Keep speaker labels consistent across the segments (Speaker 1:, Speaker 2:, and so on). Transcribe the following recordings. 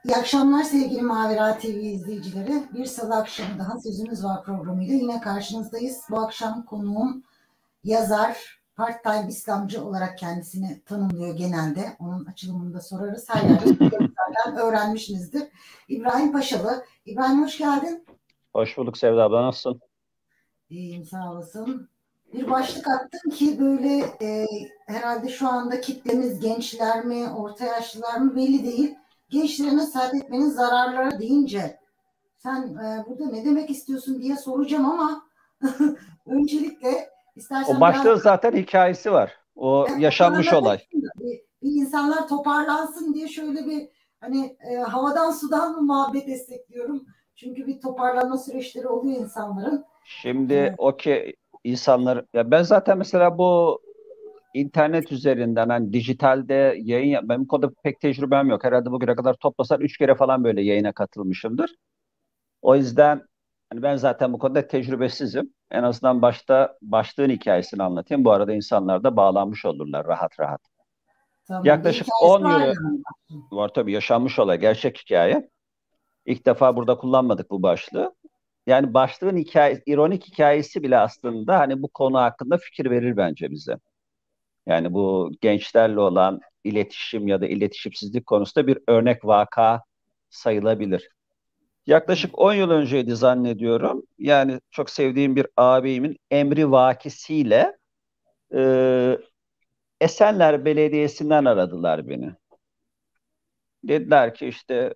Speaker 1: İyi akşamlar sevgili Mavera TV izleyicileri. Bir salı akşamı daha Sözümüz Var programıyla yine karşınızdayız. Bu akşam konuğum yazar, part-time İslamcı olarak kendisini tanımlıyor genelde. Onun açılımını da sorarız. Her yerde zaten öğrenmişsinizdir. İbrahim Paşalı. İbrahim hoş geldin.
Speaker 2: Hoş bulduk Sevda abla, nasılsın?
Speaker 1: İyiyim sağ olasın. Bir başlık attın ki böyle herhalde şu anda kitlemiz gençler mi, orta yaşlılar mı belli değil. Gençlere nasihat etmenin zararları deyince sen burada ne demek istiyorsun diye soracağım ama öncelikle istersen
Speaker 2: O başlığın
Speaker 1: biraz
Speaker 2: zaten hikayesi var. O yaşanmış olay.
Speaker 1: bir insanlar toparlansın diye şöyle bir hani havadan sudan mı muhabbet etsek diyorum. Çünkü bir toparlanma süreçleri oluyor insanların.
Speaker 2: Şimdi o ki insanlar, ya ben zaten mesela bu internet üzerinden hani dijitalde benim bu konuda pek tecrübem yok. Herhalde bugüne kadar toplasan 3 kere falan böyle yayına katılmışımdır. O yüzden hani ben zaten bu konuda tecrübesizim. En azından başlığın hikayesini anlatayım. Bu arada insanlar da bağlanmış olurlar rahat rahat.
Speaker 1: Tamam, bir
Speaker 2: Yaklaşık
Speaker 1: hikayesi
Speaker 2: 10
Speaker 1: var
Speaker 2: yıl
Speaker 1: yani.
Speaker 2: var tabii, yaşanmış olay, gerçek hikaye. İlk defa burada kullanmadık bu başlığı. Yani başlığın hikayesi, ironik hikayesi bile aslında hani bu konu hakkında fikir verir bence bize. Yani bu gençlerle olan iletişim ya da iletişimsizlik konusunda bir örnek vaka sayılabilir. Yaklaşık 10 yıl önceydi zannediyorum. Yani çok sevdiğim bir ağabeyimin emri vakisiyle e, Esenler Belediyesi'nden aradılar beni. Dediler ki işte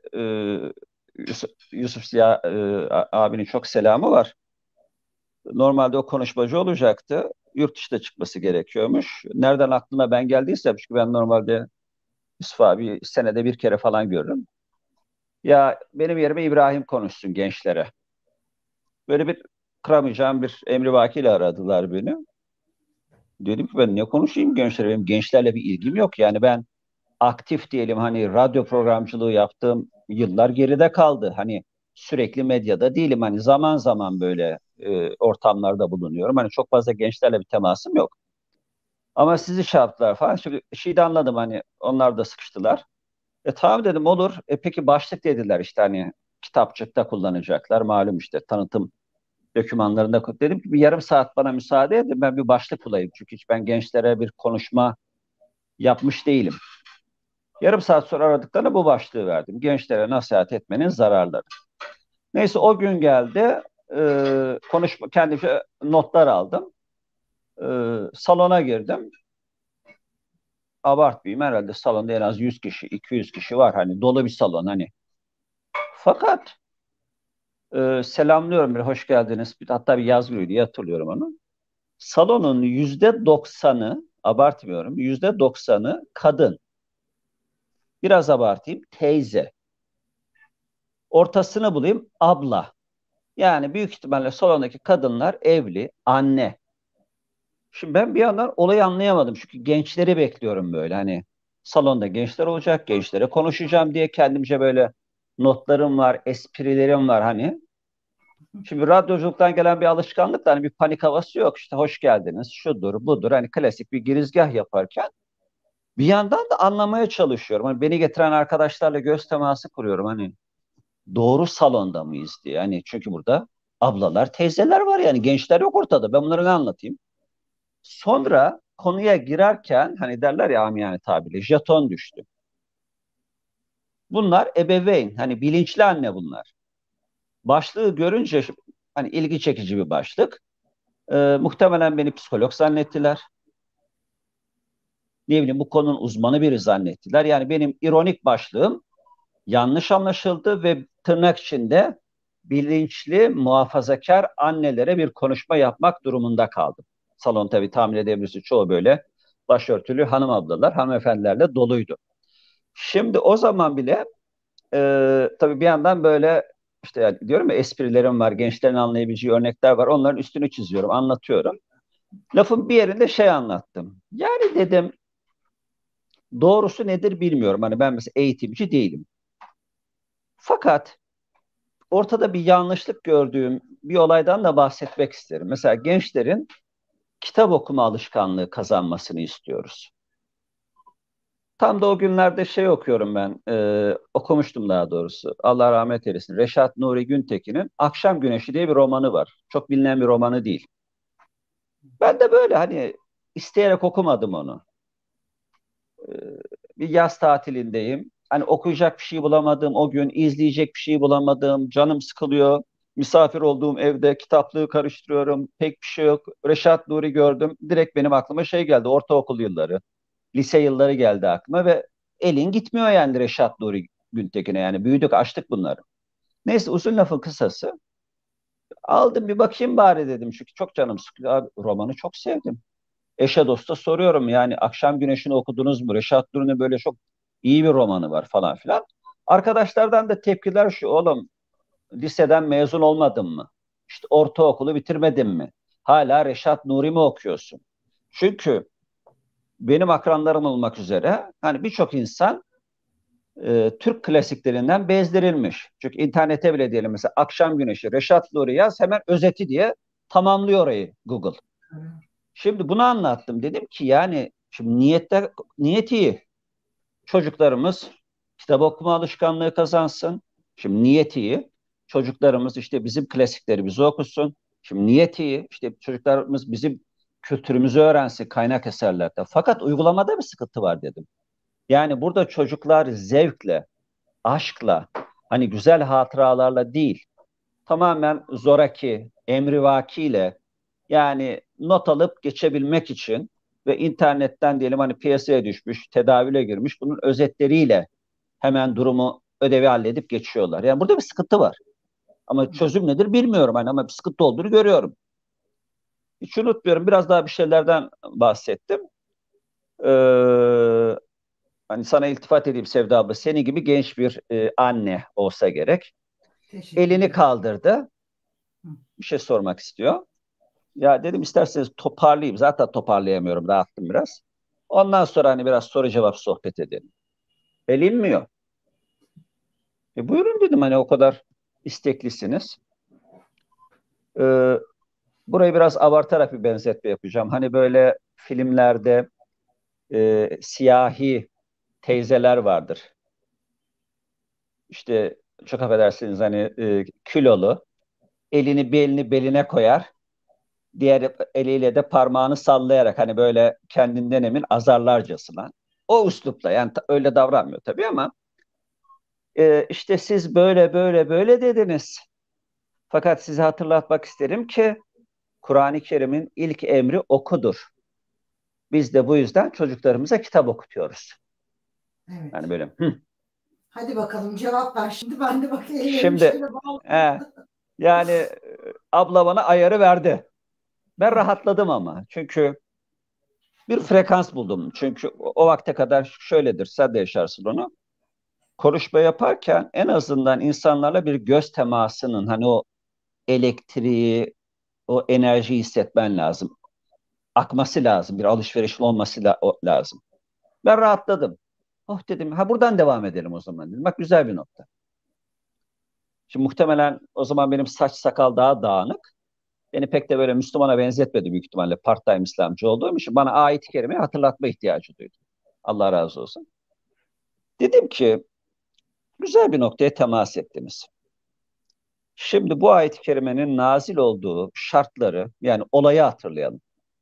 Speaker 2: Yusuf Ziya abinin çok selamı var. Normalde o konuşmacı olacaktı. Yurt dışına çıkması gerekiyormuş. Nereden aklına ben geldiysem, çünkü ben normalde Yusuf abi senede bir kere falan görürüm. Ya benim yerime İbrahim konuşsun gençlere. Böyle bir kıramayacağım bir emrivakiyle aradılar beni. Dedim ki ben ne konuşayım gençlere? Benim gençlerle bir ilgim yok. Yani ben aktif diyelim, hani radyo programcılığı yaptığım yıllar geride kaldı. Hani sürekli medyada değilim. Hani zaman zaman böyle ortamlarda bulunuyorum. Hani çok fazla gençlerle bir temasım yok. Ama sizi şey yaptılar falan. Şimdi şeyi de anladım, hani onlar da sıkıştılar. Tamam dedim, olur. Peki başlık dediler, işte hani kitapçıkta kullanacaklar. Malum işte tanıtım dokümanlarında. Dedim ki bir yarım saat bana müsaade edin, ben bir başlık bulayım. Çünkü hiç ben gençlere bir konuşma yapmış değilim. Yarım saat sonra aradıklarına bu başlığı verdim: gençlere nasihat etmenin zararları. Neyse o gün geldi. Konuşma, kendimce notlar aldım. Salona girdim. Abartmayayım, herhalde salonda en az 100 kişi, 200 kişi var. Hani dolu bir salon hani. Fakat selamlıyorum, bir hoş geldiniz. Hatta bir yazgılıyor diye hatırlıyorum onu. Salonun %90'ı, abartmıyorum, %90'ı kadın. Biraz abartayım, teyze. Ortasını bulayım, abla. Yani büyük ihtimalle salondaki kadınlar evli, anne. Şimdi ben bir yandan olayı anlayamadım. Çünkü gençleri bekliyorum böyle. Hani salonda gençler olacak, gençlere konuşacağım diye kendimce böyle notlarım var, esprilerim var hani. Şimdi radyoculuktan gelen bir alışkanlıkla hani bir panik havası yok. İşte hoş geldiniz, şudur, budur. Hani klasik bir girizgah yaparken bir yandan da anlamaya çalışıyorum. Hani beni getiren arkadaşlarla göz teması kuruyorum. Hani doğru salonda mıyız diye. Hani çünkü burada ablalar, teyzeler var, yani gençler yok ortada. Ben bunları ne anlatayım? Sonra konuya girerken hani derler ya amiyane tabirle, jeton düştü. Bunlar ebeveyn, hani bilinçli anne bunlar. Başlığı görünce hani ilgi çekici bir başlık. Muhtemelen beni psikolog zannettiler. Ne bileyim, bu konunun uzmanı biri zannettiler. Yani benim ironik başlığım yanlış anlaşıldı ve tırnak içinde bilinçli, muhafazakar annelere bir konuşma yapmak durumunda kaldım. Salon tabii tahmin edebilirsiniz, çoğu böyle başörtülü hanım ablalar, hanımefendilerle doluydu. Şimdi o zaman bile tabii bir yandan böyle işte, yani diyorum ya, esprilerim var, gençlerin anlayabileceği örnekler var. Onların üstünü çiziyorum, anlatıyorum. Lafın bir yerinde şey anlattım. Yani dedim, doğrusu nedir bilmiyorum. Hani ben mesela eğitimci değilim. Fakat ortada bir yanlışlık gördüğüm bir olaydan da bahsetmek isterim. Mesela gençlerin kitap okuma alışkanlığı kazanmasını istiyoruz. Tam da o günlerde şey okuyorum ben, okumuştum daha doğrusu. Allah rahmet eylesin. Reşat Nuri Güntekin'in Akşam Güneşi diye bir romanı var. Çok bilinen bir romanı değil. Ben de böyle hani isteyerek okumadım onu. E, Bir yaz tatilindeyim. Hani okuyacak bir şey bulamadım o gün, izleyecek bir şey bulamadım. Canım sıkılıyor. Misafir olduğum evde kitaplığı karıştırıyorum. Pek bir şey yok. Reşat Nuri gördüm. Direkt benim aklıma şey geldi. Ortaokul yılları. Lise yılları geldi aklıma ve elin gitmiyor yani Reşat Nuri Güntekin'e, yani büyüdük açtık bunları. Neyse, uzun lafın kısası, aldım bir bakayım bari dedim çünkü çok canım sıkılıyor. Abi, romanı çok sevdim. Eşe dosta soruyorum, yani Akşam Güneşi'ni okudunuz mu? Reşat Nuri'nin böyle çok iyi bir romanı var falan filan. Arkadaşlardan da tepkiler şu: oğlum, liseden mezun olmadın mı? İşte ortaokulu bitirmedin mi? Hala Reşat Nuri mi okuyorsun? Çünkü benim akranlarım olmak üzere hani birçok insan Türk klasiklerinden bezdirilmiş. Çünkü internete bile diyelim mesela Akşam Güneşi, Reşat Nuri yaz, hemen özeti diye tamamlıyor orayı Google. Şimdi bunu anlattım. Dedim ki yani şimdi niyet iyi. Çocuklarımız kitap okuma alışkanlığı kazansın. Şimdi niyet iyi. Çocuklarımız işte bizim klasiklerimizi okusun. Şimdi niyet iyi. İşte çocuklarımız bizim kültürümüzü öğrensin kaynak eserlerden. Fakat uygulamada bir sıkıntı var dedim. Yani burada çocuklar zevkle, aşkla, hani güzel hatıralarla değil, tamamen zoraki, emrivakiyle, yani not alıp geçebilmek için ve internetten diyelim hani piyasaya düşmüş, tedavüle girmiş, bunun özetleriyle hemen durumu, ödevi halledip geçiyorlar. Yani burada bir sıkıntı var. Ama çözüm nedir bilmiyorum hani, ama bir sıkıntı olduğunu görüyorum. Hiç unutmuyorum, biraz daha bir şeylerden bahsettim. Ee, Hani sana iltifat edeyim Sevda abla, seni gibi genç bir anne olsa gerek. Elini
Speaker 1: Teşekkürler.
Speaker 2: kaldırdı.
Speaker 1: Hı.
Speaker 2: Bir şey sormak istiyor. Ya dedim isterseniz toparlayayım. Zaten toparlayamıyorum. Dağıttım biraz. Ondan sonra hani biraz soru cevap sohbet edelim. El inmiyor. Buyurun dedim, hani o kadar isteklisiniz. Ee, Burayı biraz abartarak bir benzetme yapacağım. Hani böyle filmlerde siyahi teyzeler vardır. İşte çok affedersiniz, hani kilolu, elini belini beline koyar. Diğer eliyle de parmağını sallayarak hani böyle kendinden emin azarlarcasına. O üslupla, yani öyle davranmıyor tabii ama işte siz böyle böyle böyle dediniz. Fakat size hatırlatmak isterim ki Kur'an-ı Kerim'in ilk emri okudur. Biz de bu yüzden çocuklarımıza kitap okutuyoruz.
Speaker 1: Evet.
Speaker 2: Yani böyle. Hı.
Speaker 1: Hadi bakalım cevap ver şimdi. Ben de bak ellerimi
Speaker 2: Şimdi
Speaker 1: şöyle bağladım.
Speaker 2: e, yani abla bana ayarı verdi. Ben rahatladım ama. Çünkü bir frekans buldum. Çünkü o vakte kadar şöyledir. Sen de yaşarsın onu. Konuşma yaparken en azından insanlarla bir göz temasının, hani o elektriği, o enerjiyi hissetmen lazım. Akması lazım. Bir alışverişin olması lazım. Ben rahatladım. Oh dedim, ha buradan devam edelim o zaman dedim. Bak, güzel bir nokta. Şimdi muhtemelen o zaman benim saç sakal daha dağınık. Beni pek de böyle Müslümana benzetmedi büyük ihtimalle, part-time İslamcı olduğum için bana ayet-i kerimeyi hatırlatma ihtiyacı duydum. Allah razı olsun. Dedim ki güzel bir noktaya temas ettiniz. Şimdi bu ayet-i kerimenin nazil olduğu şartları, yani olayı hatırlayalım.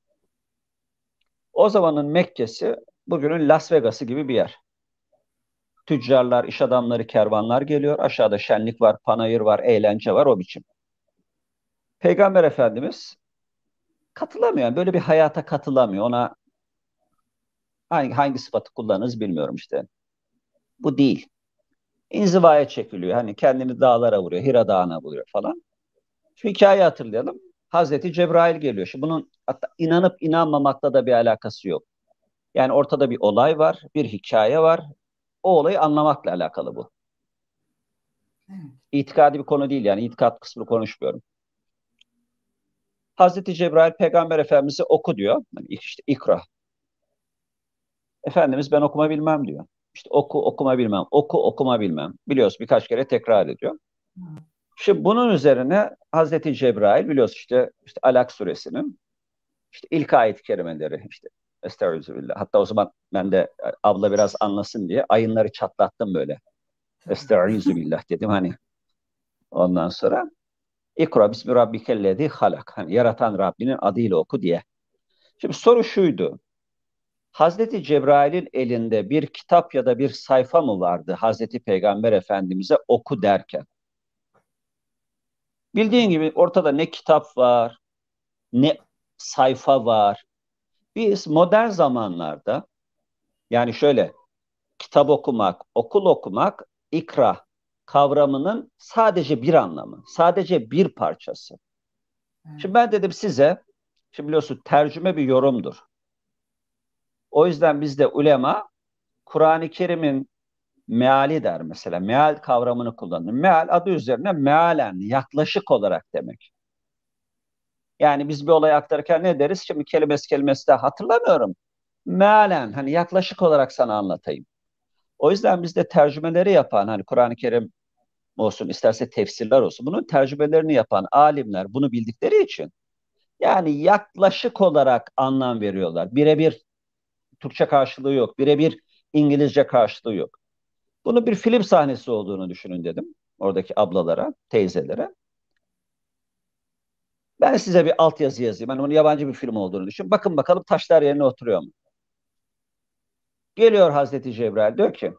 Speaker 2: O zamanın Mekke'si bugünün Las Vegas'ı gibi bir yer. Tüccarlar, iş adamları, kervanlar geliyor. Aşağıda şenlik var, panayır var, eğlence var, o biçim. Peygamber Efendimiz katılamıyor. Yani böyle bir hayata katılamıyor. Ona hangi sıfatı kullanırız bilmiyorum işte. Bu değil. İnzivaya çekiliyor. Hani kendini dağlara vuruyor. Hira Dağı'na vuruyor falan. Şu hikayeyi hatırlayalım. Hazreti Cebrail geliyor. Şimdi bunun hatta inanıp inanmamakla da bir alakası yok. Yani ortada bir olay var, bir hikaye var. O olayı anlamakla alakalı bu.
Speaker 1: Evet.
Speaker 2: İtikadi bir konu değil, yani itikat kısmını konuşmuyorum. Hazreti Cebrail Peygamber Efendimiz'e oku diyor. Yani işte ikra. Efendimiz ben okuma bilmem diyor. İşte oku okuma bilmem, oku okuma bilmem. Biliyoruz, birkaç kere tekrar ediyor. Şimdi bunun üzerine Hazreti Cebrail biliyoruz işte Alak suresinin işte ilk ayet-i kerimeleri, işte Estağfirullah. Hatta o zaman ben de abla biraz anlasın diye ayınları çatlattım böyle.
Speaker 1: Tabii.
Speaker 2: Estağfirullah dedim hani. Ondan sonra İkra bismi rabbikellezi halak. Hani yaratan Rabbinin adıyla oku diye. Şimdi soru şuydu. Hazreti Cebrail'in elinde bir kitap ya da bir sayfa mı vardı Hazreti Peygamber Efendimiz'e oku derken? Bildiğin gibi ortada ne kitap var, ne sayfa var. Biz modern zamanlarda yani şöyle kitap okumak, okul okumak, ikra kavramının sadece bir anlamı, sadece bir parçası. Şimdi
Speaker 1: Evet.
Speaker 2: ben dedim size, şimdi biliyorsun tercüme bir yorumdur. O yüzden bizde ulema Kur'an-ı Kerim'in meali der mesela. Meal kavramını kullanır. Meal adı üzerine mealen, yaklaşık olarak demek. Yani biz bir olay aktarırken ne deriz? Şimdi kelimesi de hatırlamıyorum. Mealen, hani yaklaşık olarak sana anlatayım. O yüzden bizde tercümeleri yapan, hani Kur'an-ı Kerim olsun, isterse tefsirler olsun, bunun tercümelerini yapan alimler bunu bildikleri için yani yaklaşık olarak anlam veriyorlar. Birebir Türkçe karşılığı yok. Birebir İngilizce karşılığı yok. Bunu bir film sahnesi olduğunu düşünün dedim. Oradaki ablalara, teyzelere. Ben size bir altyazı yazayım. Hani bunun yabancı bir film olduğunu düşün. Bakın bakalım taşlar yerine oturuyor mu? Geliyor Hazreti Cebrail diyor ki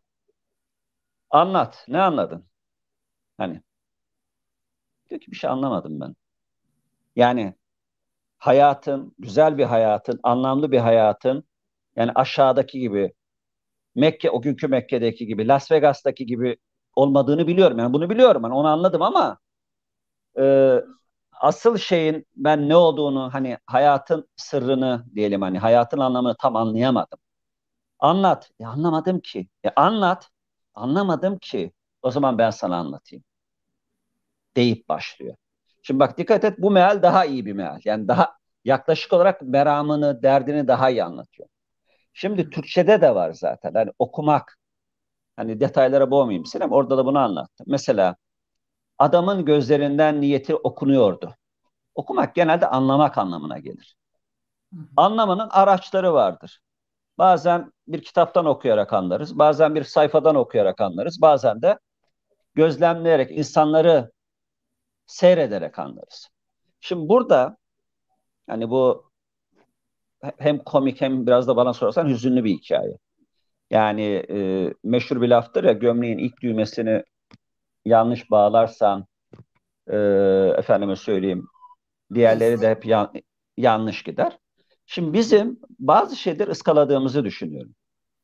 Speaker 2: anlat. Ne anladın? Hani diyor ki bir şey anlamadım ben. Yani hayatın, güzel bir hayatın, anlamlı bir hayatın yani aşağıdaki gibi Mekke, o günkü Mekke'deki gibi, Las Vegas'taki gibi olmadığını biliyorum. Yani bunu biliyorum. Yani onu anladım ama e, asıl şeyin ben ne olduğunu hani hayatın sırrını diyelim hani hayatın anlamını tam anlayamadım. Anlat. Anlamadım ki. Anlat. Anlamadım ki. O zaman ben sana anlatayım. Deyip başlıyor. Şimdi bak dikkat et bu meal daha iyi bir meal. Yani daha yaklaşık olarak meramını, derdini daha iyi anlatıyor. Şimdi
Speaker 1: Evet.
Speaker 2: Türkçe'de de var zaten. Hani okumak. Hani detaylara boğmayayım Sinem. Orada da bunu anlattım. Mesela adamın gözlerinden niyeti okunuyordu. Okumak genelde anlamak anlamına gelir.
Speaker 1: Hı hı.
Speaker 2: Anlamanın araçları vardır. Bazen bir kitaptan okuyarak anlarız. Bazen bir sayfadan okuyarak anlarız. Bazen de gözlemleyerek, insanları seyrederek anlarız. Şimdi burada hani bu hem komik hem biraz da bana sorarsan hüzünlü bir hikaye. Yani meşhur bir laftır ya gömleğin ilk düğmesini yanlış bağlarsan e, efendime söyleyeyim diğerleri
Speaker 1: Neyse.
Speaker 2: de hep yanlış gider. Şimdi bizim bazı şeyleri ıskaladığımızı düşünüyorum.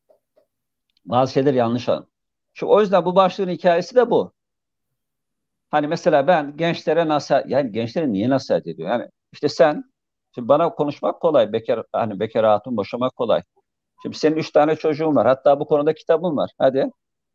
Speaker 2: Bazı şeyler yanlış anladım. Şu o yüzden bu başlığın hikayesi de bu. Hani mesela ben gençlere nasihat, yani gençlere niye nasihat ediyor? Yani işte sen, şimdi bana konuşmak kolay, bekar hani bekar hatun boşamak kolay. Şimdi senin 3 tane çocuğun var, hatta bu konuda kitabın var. Hadi,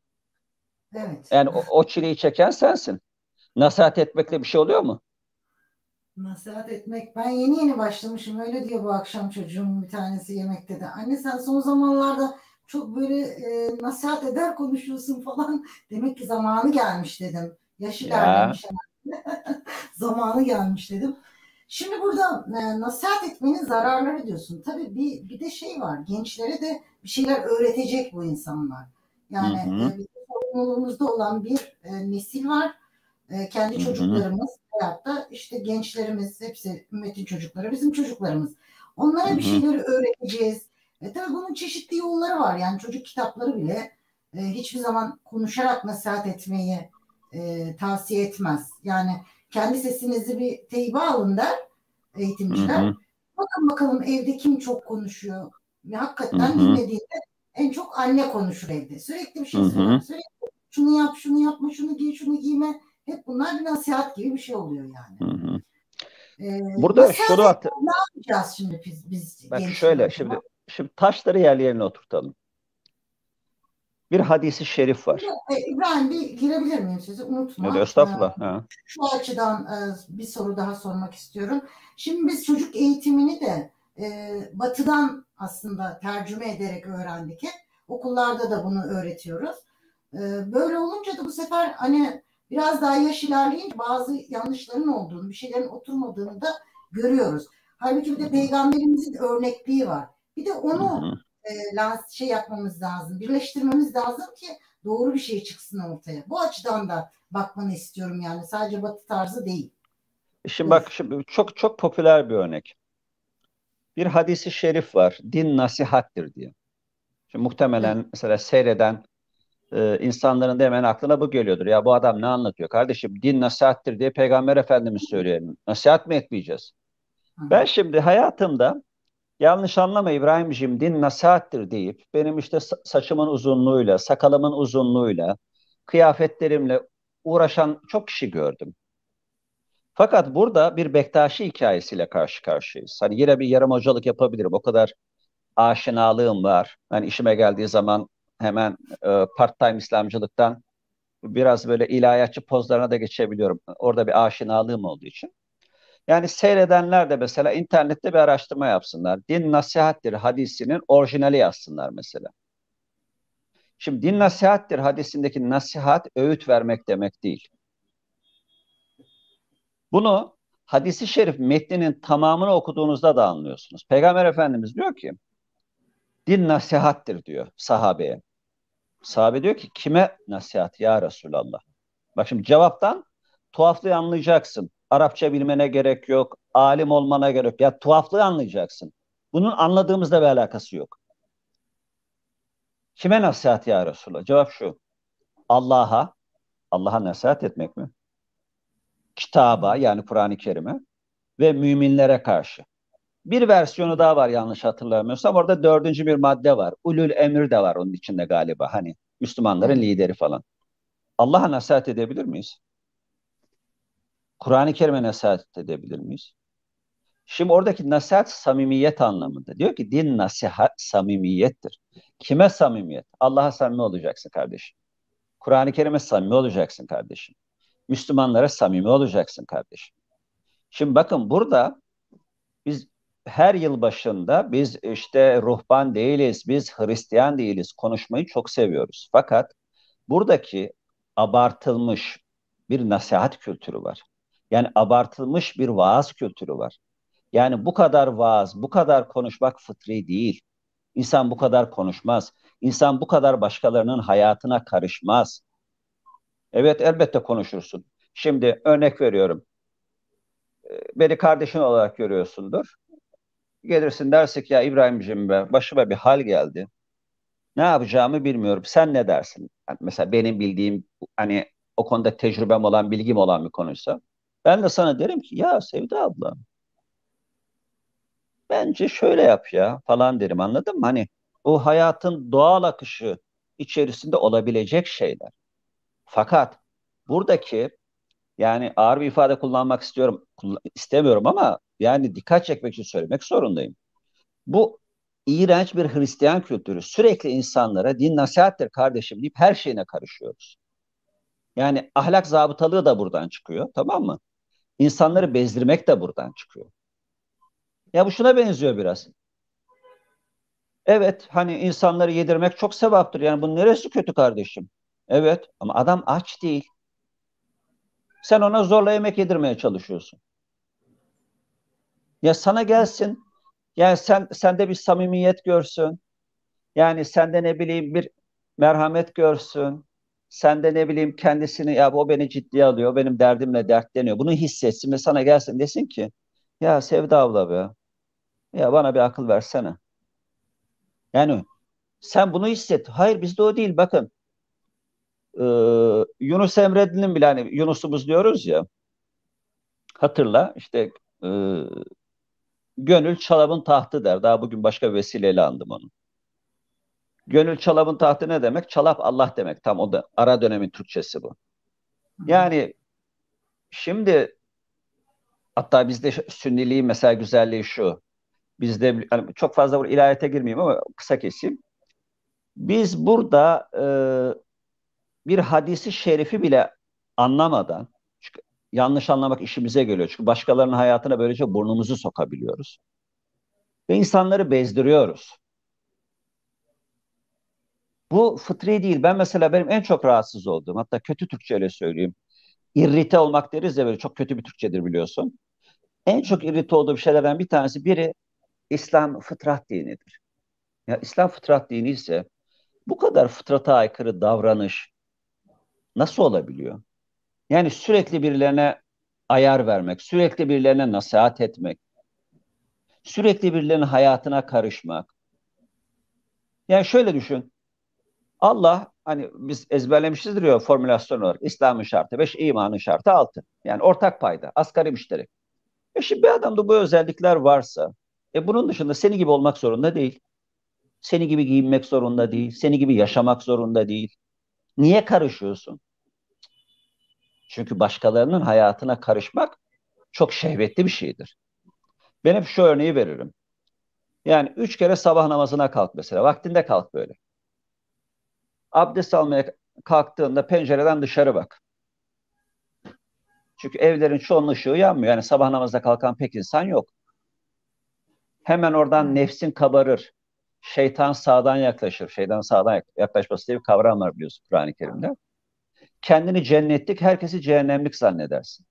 Speaker 1: Evet.
Speaker 2: yani o çileyi çeken sensin. Nasihat etmekle bir şey oluyor mu?
Speaker 1: Nasihat etmek. Ben yeni yeni başlamışım. Öyle diyor bu akşam çocuğumun bir tanesi yemekte de. Anne sen son zamanlarda çok böyle nasihat eder konuşuyorsun falan. Demek ki zamanı gelmiş dedim. Yaş
Speaker 2: Ya.
Speaker 1: ilerlemiş zamanı gelmiş dedim. Şimdi burada nasihat etmenin zararları diyorsun. Tabii bir de şey var. Gençlere de bir şeyler öğretecek bu insanlar.
Speaker 2: Hı
Speaker 1: Yani
Speaker 2: hı,
Speaker 1: bizim sorumluluğumuzda olan bir nesil var. Kendi
Speaker 2: hı hı,
Speaker 1: çocuklarımız hayatta işte gençlerimiz hepsi ümmetin çocukları bizim çocuklarımız.
Speaker 2: hı
Speaker 1: Onlara bir
Speaker 2: hı,
Speaker 1: şeyleri öğreteceğiz. Tabii bunun çeşitli yolları var. Yani çocuk kitapları bile hiçbir zaman konuşarak nasihat etmeyi tavsiye etmez. Yani kendi sesinizi bir teybe alın der
Speaker 2: hı
Speaker 1: eğitimciler.
Speaker 2: hı,
Speaker 1: Bakın bakalım evde kim çok konuşuyor. Ve
Speaker 2: hı
Speaker 1: hakikaten
Speaker 2: hı,
Speaker 1: dinlediğinde en çok anne konuşur evde. Sürekli bir
Speaker 2: hı
Speaker 1: şey söyler.
Speaker 2: hı,
Speaker 1: Sürekli şunu yap, şunu yapma, şunu giy, şunu giyme. Hep bunlar bir nasihat gibi bir şey oluyor yani.
Speaker 2: hı hı. Burada
Speaker 1: Nasihat
Speaker 2: şunu
Speaker 1: etmeye ne yapacağız şimdi biz
Speaker 2: bak
Speaker 1: gençlere
Speaker 2: şöyle
Speaker 1: acaba?
Speaker 2: şimdi taşları yerlerine oturtalım. Bir hadisi şerif var.
Speaker 1: İbrahim bir girebilir miyim sizi?
Speaker 2: Ne diyor?
Speaker 1: Unutma.
Speaker 2: Estağfurullah. Ha.
Speaker 1: Şu açıdan bir soru daha sormak istiyorum. Şimdi biz çocuk eğitimini de batıdan aslında tercüme ederek öğrendik hep. Okullarda da bunu öğretiyoruz. Böyle olunca da bu sefer hani biraz daha yaş ilerleyince bazı yanlışların olduğunu, bir şeylerin oturmadığını da görüyoruz. Halbuki bir
Speaker 2: Hı
Speaker 1: de
Speaker 2: hı,
Speaker 1: peygamberimizin örnekliği var. Bir de
Speaker 2: Hı
Speaker 1: onu
Speaker 2: hı.
Speaker 1: şey yapmamız lazım, birleştirmemiz lazım ki doğru bir şey çıksın ortaya. Bu açıdan da bakmanı istiyorum yani. Sadece Batı tarzı değil.
Speaker 2: Şimdi bak,
Speaker 1: Buyur.
Speaker 2: şimdi çok çok popüler bir örnek. Bir hadisi şerif var. Din nasihattir diye. Şimdi
Speaker 1: Evet.
Speaker 2: muhtemelen mesela seyreden insanların da hemen aklına bu geliyordur. Ya bu adam ne anlatıyor? Kardeşim, din nasihattir diye Peygamber Efendimiz söyleyelim. Nasihat mi etmeyeceğiz?
Speaker 1: Hı hı.
Speaker 2: Ben şimdi hayatımda, yanlış anlama İbrahimciğim, din nasihattir deyip benim işte saçımın uzunluğuyla, sakalımın uzunluğuyla, kıyafetlerimle uğraşan çok kişi gördüm. Fakat burada bir Bektaşi hikayesiyle karşı karşıyayız. Hani yine bir yarım hocalık yapabilirim. O kadar aşinalığım var. Hani işime geldiği zaman hemen part-time İslamcılıktan biraz böyle ilahiyatçı pozlarına da geçebiliyorum. Orada bir aşinalığım olduğu için. Yani seyredenler de mesela internette bir araştırma yapsınlar. Din nasihattir hadisinin orijinali yazsınlar mesela. Şimdi din nasihattir hadisindeki nasihat öğüt vermek demek değil. Bunu hadisi şerif metninin tamamını okuduğunuzda da anlıyorsunuz. Peygamber Efendimiz diyor ki din nasihattir diyor sahabeye. Sahabe diyor ki kime nasihat ya Resulallah? Bak şimdi cevaptan tuhaflığı anlayacaksın. Arapça bilmene gerek yok. Alim olmana gerek yok. Ya tuhaflığı anlayacaksın. Bunun anladığımızda bir alakası yok. Kime nasihat ya Resulallah? Cevap şu. Allah'a, Allah'a nasihat etmek mi? Kitaba yani Kur'an-ı Kerim'e ve müminlere karşı. Bir versiyonu daha var yanlış hatırlamıyorsam. Orada dördüncü bir madde var. Ulul emir de var onun içinde galiba. Hani Müslümanların
Speaker 1: Evet.
Speaker 2: lideri falan. Allah'a nasihat edebilir miyiz? Kur'an-ı Kerim'e nasihat edebilir miyiz? Şimdi oradaki nasihat samimiyet anlamında. Diyor ki din nasihat samimiyettir. Kime samimiyet? Allah'a samimi olacaksın kardeşim. Kur'an-ı Kerim'e samimi olacaksın kardeşim. Müslümanlara samimi olacaksın kardeşim. Şimdi bakın burada biz her yıl başında biz işte ruhban değiliz, biz Hristiyan değiliz konuşmayı çok seviyoruz. Fakat buradaki abartılmış bir nasihat kültürü var. Yani abartılmış bir vaaz kültürü var. Yani bu kadar vaaz, bu kadar konuşmak fıtri değil. İnsan bu kadar konuşmaz. İnsan bu kadar başkalarının hayatına karışmaz. Evet, elbette konuşursun. Şimdi örnek veriyorum. Beni kardeşin olarak görüyorsundur. Gelirsin dersin ki ya İbrahimciğim be başıma bir hal geldi. Ne yapacağımı bilmiyorum. Sen ne dersin? Yani mesela benim bildiğim hani o konuda tecrübem olan, bilgim olan bir konuysa. Ben de sana derim ki ya Sevda abla bence şöyle yap ya falan derim, anladın mı? Hani bu hayatın doğal akışı içerisinde olabilecek şeyler. Fakat buradaki yani ağır bir ifade kullanmak istemiyorum ama yani dikkat çekmek için söylemek zorundayım. Bu iğrenç bir Hristiyan kültürü sürekli insanlara din nasihattir kardeşim deyip her şeyine karışıyoruz. Yani ahlak zabıtalığı da buradan çıkıyor, tamam mı? İnsanları bezdirmek de buradan çıkıyor. Ya bu şuna benziyor biraz. Evet, hani insanları yedirmek çok sevaptır. Yani bunun neresi kötü kardeşim? Evet ama adam aç değil. Sen ona zorla yemek yedirmeye çalışıyorsun. Ya sana gelsin. Yani sende bir samimiyet görsün. Yani sende ne bileyim bir merhamet görsün. Sende ne bileyim kendisini ya o beni ciddiye alıyor. Benim derdimle dertleniyor. Bunu hissetsin ve sana gelsin desin ki ya Sevda abla be ya bana bir akıl versene. Yani sen bunu hisset. Hayır bizde o değil bakın. Yunus Emre'nin bile hani Yunus'umuz diyoruz ya, hatırla işte e, gönül çalabın tahtı der. Daha bugün başka bir vesileyle andım onu. Gönül çalabın tahtı ne demek? Çalap Allah demek. Tam o da ara dönemin Türkçesi bu.
Speaker 1: Hı hı.
Speaker 2: Yani şimdi hatta bizde sünniliğin mesela güzelliği şu. Bizde hani çok fazla bu ilahiyata girmeyeyim ama kısa keseyim. Biz burada bir hadisi şerifi bile anlamadan, çünkü yanlış anlamak işimize geliyor. Çünkü başkalarının hayatına böylece burnumuzu sokabiliyoruz. Ve insanları bezdiriyoruz. Bu fıtri değil. Ben mesela benim en çok rahatsız olduğum, hatta kötü Türkçeyle söyleyeyim. İrrite olmak deriz ya, böyle çok kötü bir Türkçedir biliyorsun. En çok irrite olduğum şeylerden bir tanesi, biri İslam fıtrat dinidir. Ya İslam fıtrat dini ise bu kadar fıtrata aykırı davranış nasıl olabiliyor? Yani sürekli birilerine ayar vermek, sürekli birilerine nasihat etmek, sürekli birilerinin hayatına karışmak. Yani şöyle düşün. Allah hani biz ezberlemişizdir ya formülasyon olarak. İslam'ın şartı 5, imanın şartı 6. Yani ortak payda, asgari müşterek. Şimdi bir adamda bu özellikler varsa, bunun dışında seni gibi olmak zorunda değil. Seni gibi giyinmek zorunda değil. Seni gibi yaşamak zorunda değil. Niye karışıyorsun? Çünkü başkalarının hayatına karışmak çok şehvetli bir şeydir. Ben hep şu örneği veririm. Yani 3 kere sabah namazına kalk mesela. Vaktinde kalk böyle. Abdest almaya kalktığında pencereden dışarı bak. Çünkü evlerin çoğunun ışığı yanmıyor. Yani sabah namazına kalkan pek insan yok. Hemen oradan
Speaker 1: Evet.
Speaker 2: nefsin kabarır. Şeytan sağdan yaklaşır. Şeytan sağdan yaklaşması diye bir kavram var biliyorsun Kur'an-ı Kerim'de. Kendini cennetlik, herkesi cehennemlik zannedersin.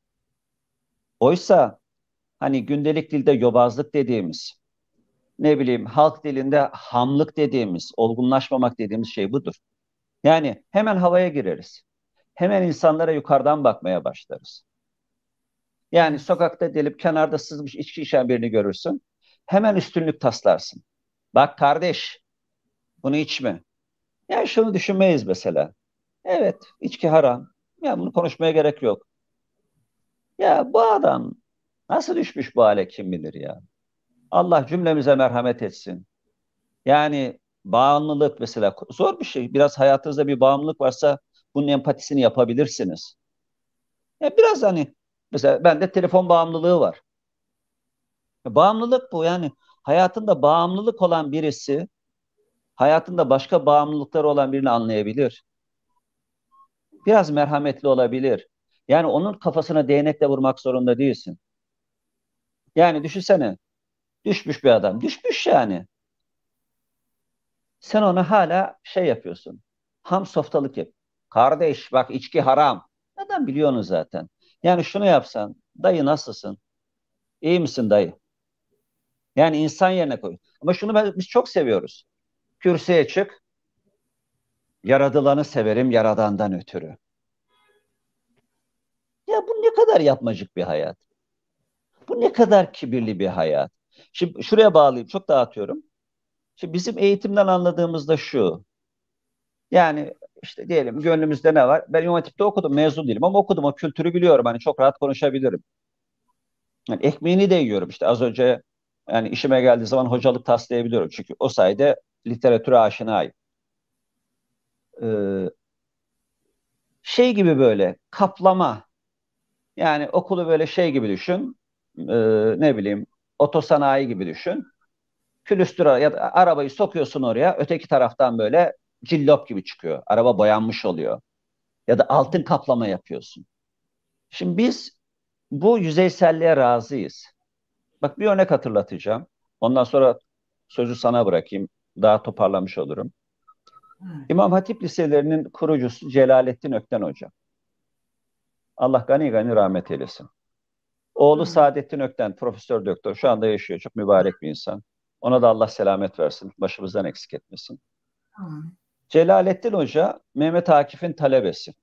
Speaker 2: Oysa hani gündelik dilde yobazlık dediğimiz, ne bileyim halk dilinde hamlık dediğimiz, olgunlaşmamak dediğimiz şey budur. Yani hemen havaya gireriz. Hemen insanlara yukarıdan bakmaya başlarız. Yani
Speaker 1: Evet.
Speaker 2: sokakta delip kenarda sızmış içki içen birini görürsün. Hemen üstünlük taslarsın. Bak kardeş, bunu içme. Yani şunu düşünmeyiz mesela. Evet, içki haram. Ya bunu konuşmaya gerek yok. Ya bu adam nasıl düşmüş bu hale kim bilir ya. Allah cümlemize merhamet etsin. Yani bağımlılık mesela zor bir şey. Biraz hayatınızda bir bağımlılık varsa bunun empatisini yapabilirsiniz. Ya biraz hani mesela bende telefon bağımlılığı var. Bağımlılık bu yani hayatında bağımlılık olan birisi hayatında başka bağımlılıkları olan birini anlayabilir. Biraz merhametli olabilir. Yani onun kafasına değnekle vurmak zorunda değilsin. Yani düşünsene düşmüş bir adam. Düşmüş yani. Sen ona hala şey yapıyorsun. Ham softalık yap. Kardeş bak içki haram. Neden biliyorsun zaten. Yani şunu yapsan. Dayı nasılsın? İyi misin dayı? Yani insan yerine koy. Ama şunu biz çok seviyoruz. Kürsüye çık. Yaradılanı severim yaradandan ötürü. Ya bu ne kadar yapmacık bir hayat. Bu ne kadar kibirli bir hayat. Şimdi şuraya bağlayayım. Çok dağıtıyorum. Şimdi bizim eğitimden anladığımızda şu. Yani işte diyelim gönlümüzde ne var? Ben İmam Hatip'te okudum, mezun değilim ama okudum, o kültürü biliyorum. Hani çok rahat konuşabilirim. Yani ekmeğini de yiyorum işte az önce yani işime geldiği zaman hocalık taslayabiliyorum. Çünkü o sayede literatüre aşinayım. Ee, Şey gibi böyle kaplama. Yani okulu böyle şey gibi düşün. Ne bileyim otosanayi gibi düşün. Külüstür ya da arabayı sokuyorsun oraya. Öteki taraftan böyle cillop gibi çıkıyor. Araba boyanmış oluyor. Ya da altın kaplama yapıyorsun. Şimdi biz bu yüzeyselliğe razıyız. Bak bir örnek hatırlatacağım. Ondan sonra sözü sana bırakayım. Daha toparlamış olurum.
Speaker 1: Evet.
Speaker 2: İmam Hatip liselerinin kurucusu Celalettin Ökten Hoca. Allah gani gani rahmet eylesin. Oğlu
Speaker 1: Amin.
Speaker 2: Saadettin Ökten, profesör doktor. Şu anda yaşıyor. Çok mübarek bir insan. Ona da Allah selamet versin. Başımızdan eksik etmesin.
Speaker 1: Amin.
Speaker 2: Celalettin Hoca, Mehmet Akif'in talebesi.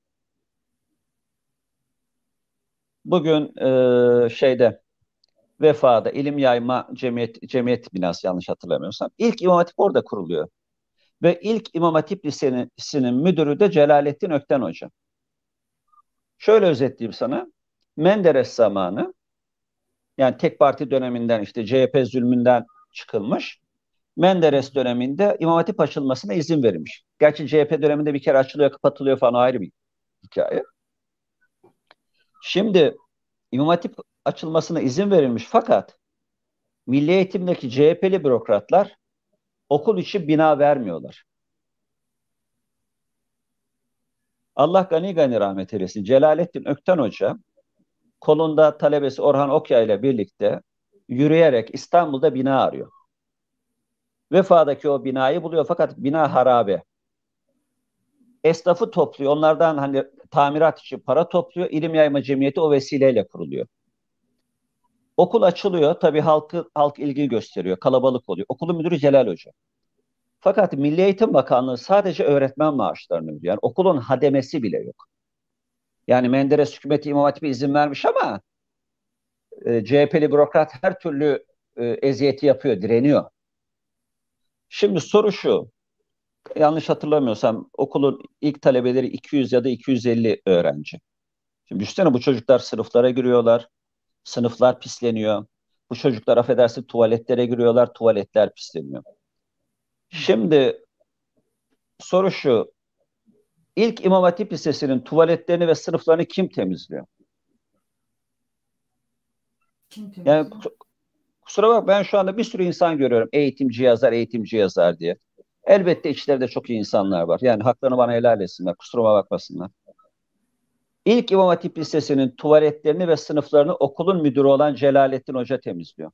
Speaker 2: Bugün şeyde Vefa'da İlim Yayma Cemiyet binası yanlış hatırlamıyorsam. İlk İmam Hatip orada kuruluyor. Ve ilk İmam Hatip Lisesi'nin müdürü de Celalettin Ökten Hoca. Şöyle özetleyeyim sana. Menderes zamanı yani tek parti döneminden işte CHP zulmünden çıkılmış. Menderes döneminde İmam Hatip açılmasına izin verilmiş. Gerçi CHP döneminde bir kere açılıyor kapatılıyor falan ayrı bir hikaye. Şimdi İmam Hatip açılmasına izin verilmiş fakat Milli Eğitim'deki CHP'li bürokratlar okul için bina vermiyorlar. Allah gani gani rahmet eylesin. Celalettin Ökten Hoca kolunda talebesi Orhan Okya ile birlikte yürüyerek İstanbul'da bina arıyor. Vefa'daki o binayı buluyor fakat bina harabe. Esnafı topluyor. Onlardan hani tamirat için para topluyor. İlim Yayma Cemiyeti o vesileyle kuruluyor. Okul açılıyor. Tabii halk ilgi gösteriyor. Kalabalık oluyor. Okulun müdürü Celal Hoca. Fakat Milli Eğitim Bakanlığı sadece öğretmen maaşlarını ödüyor. Yani okulun hademesi bile yok. Yani Menderes hükümeti İmam Hatip'e izin vermiş ama CHP'li bürokrat her türlü eziyeti yapıyor, direniyor. Şimdi soru şu, yanlış hatırlamıyorsam okulun ilk talebeleri 200 ya da 250 öğrenci. Şimdi düşünsene, bu çocuklar sınıflara giriyorlar, sınıflar pisleniyor. Bu çocuklar affedersin tuvaletlere giriyorlar, tuvaletler pisleniyor. Şimdi soru şu, ilk İmam Hatip Lisesi'nin tuvaletlerini ve sınıflarını kim temizliyor?
Speaker 1: Kim
Speaker 2: Yani
Speaker 1: temizliyor?
Speaker 2: kusura bak, ben şu anda bir sürü insan görüyorum. Eğitimci yazar, eğitimci yazar diye. Elbette içlerinde çok iyi insanlar var. Yani haklarını bana helal etsinler, kusuruma bakmasınlar. İlk İmam Hatip Lisesi'nin tuvaletlerini ve sınıflarını okulun müdürü olan Celalettin Hoca temizliyor.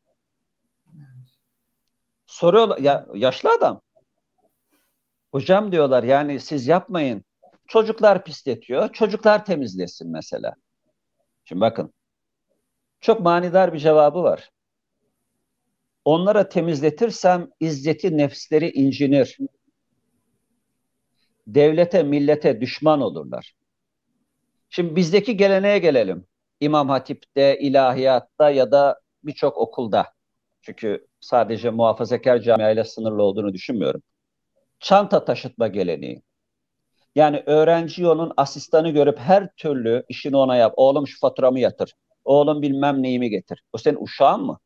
Speaker 2: Soruyorlar, ya yaşlı adam. Hocam diyorlar, yani siz yapmayın. Çocuklar pisletiyor, çocuklar temizlesin mesela. Şimdi bakın, çok manidar bir cevabı var. Onlara temizletirsem izzeti nefsleri incinir. Devlete, millete düşman olurlar. Şimdi bizdeki geleneğe gelelim. İmam Hatip'te, ilahiyatta ya da birçok okulda. Çünkü sadece muhafazakar camiayla sınırlı olduğunu düşünmüyorum. Çanta taşıtma geleneği. Yani öğrenci onun asistanı görüp her türlü işini ona yap. Oğlum şu faturamı yatır. Oğlum bilmem neyimi getir. O senin uşağın mı?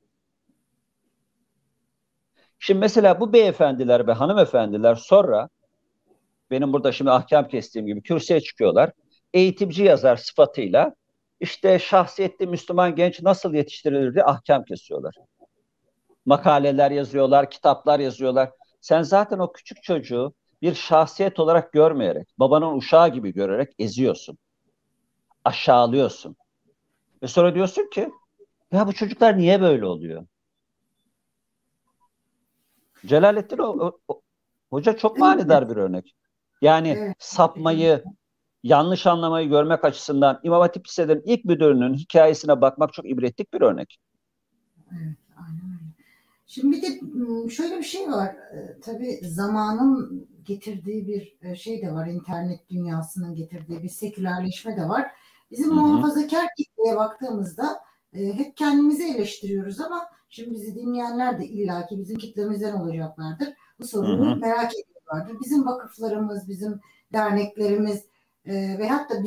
Speaker 2: Şimdi mesela bu beyefendiler ve hanımefendiler sonra benim burada şimdi ahkam kestiğim gibi kürsüye çıkıyorlar. Eğitimci yazar sıfatıyla işte şahsiyetli Müslüman genç nasıl yetiştirilir diye ahkam kesiyorlar. Makaleler yazıyorlar, kitaplar yazıyorlar. Sen zaten o küçük çocuğu bir şahsiyet olarak görmeyerek, babanın uşağı gibi görerek eziyorsun, aşağılıyorsun. Ve sonra diyorsun ki, ya bu çocuklar niye böyle oluyor? Celalettin Hoca çok manidar
Speaker 1: Evet,
Speaker 2: bir örnek. Yani
Speaker 1: evet.
Speaker 2: sapmayı, yanlış anlamayı görmek açısından İmam Hatip Lisesi'nin ilk müdürünün hikayesine bakmak çok ibretlik bir örnek.
Speaker 1: Evet, aynen öyle. Şimdi bir de şöyle bir şey var. Tabii zamanın getirdiği bir şey de var. İnternet dünyasının getirdiği bir sekülerleşme de var. Bizim
Speaker 2: Hı hı,
Speaker 1: muhafazakar kitleye baktığımızda hep kendimizi eleştiriyoruz ama şimdi bizi dinleyenler de illaki bizim kitlemizden olacaklardır. Bu
Speaker 2: hı
Speaker 1: soruyu
Speaker 2: hı.
Speaker 1: merak ediyorlardır. Bizim vakıflarımız, bizim derneklerimiz ve hatta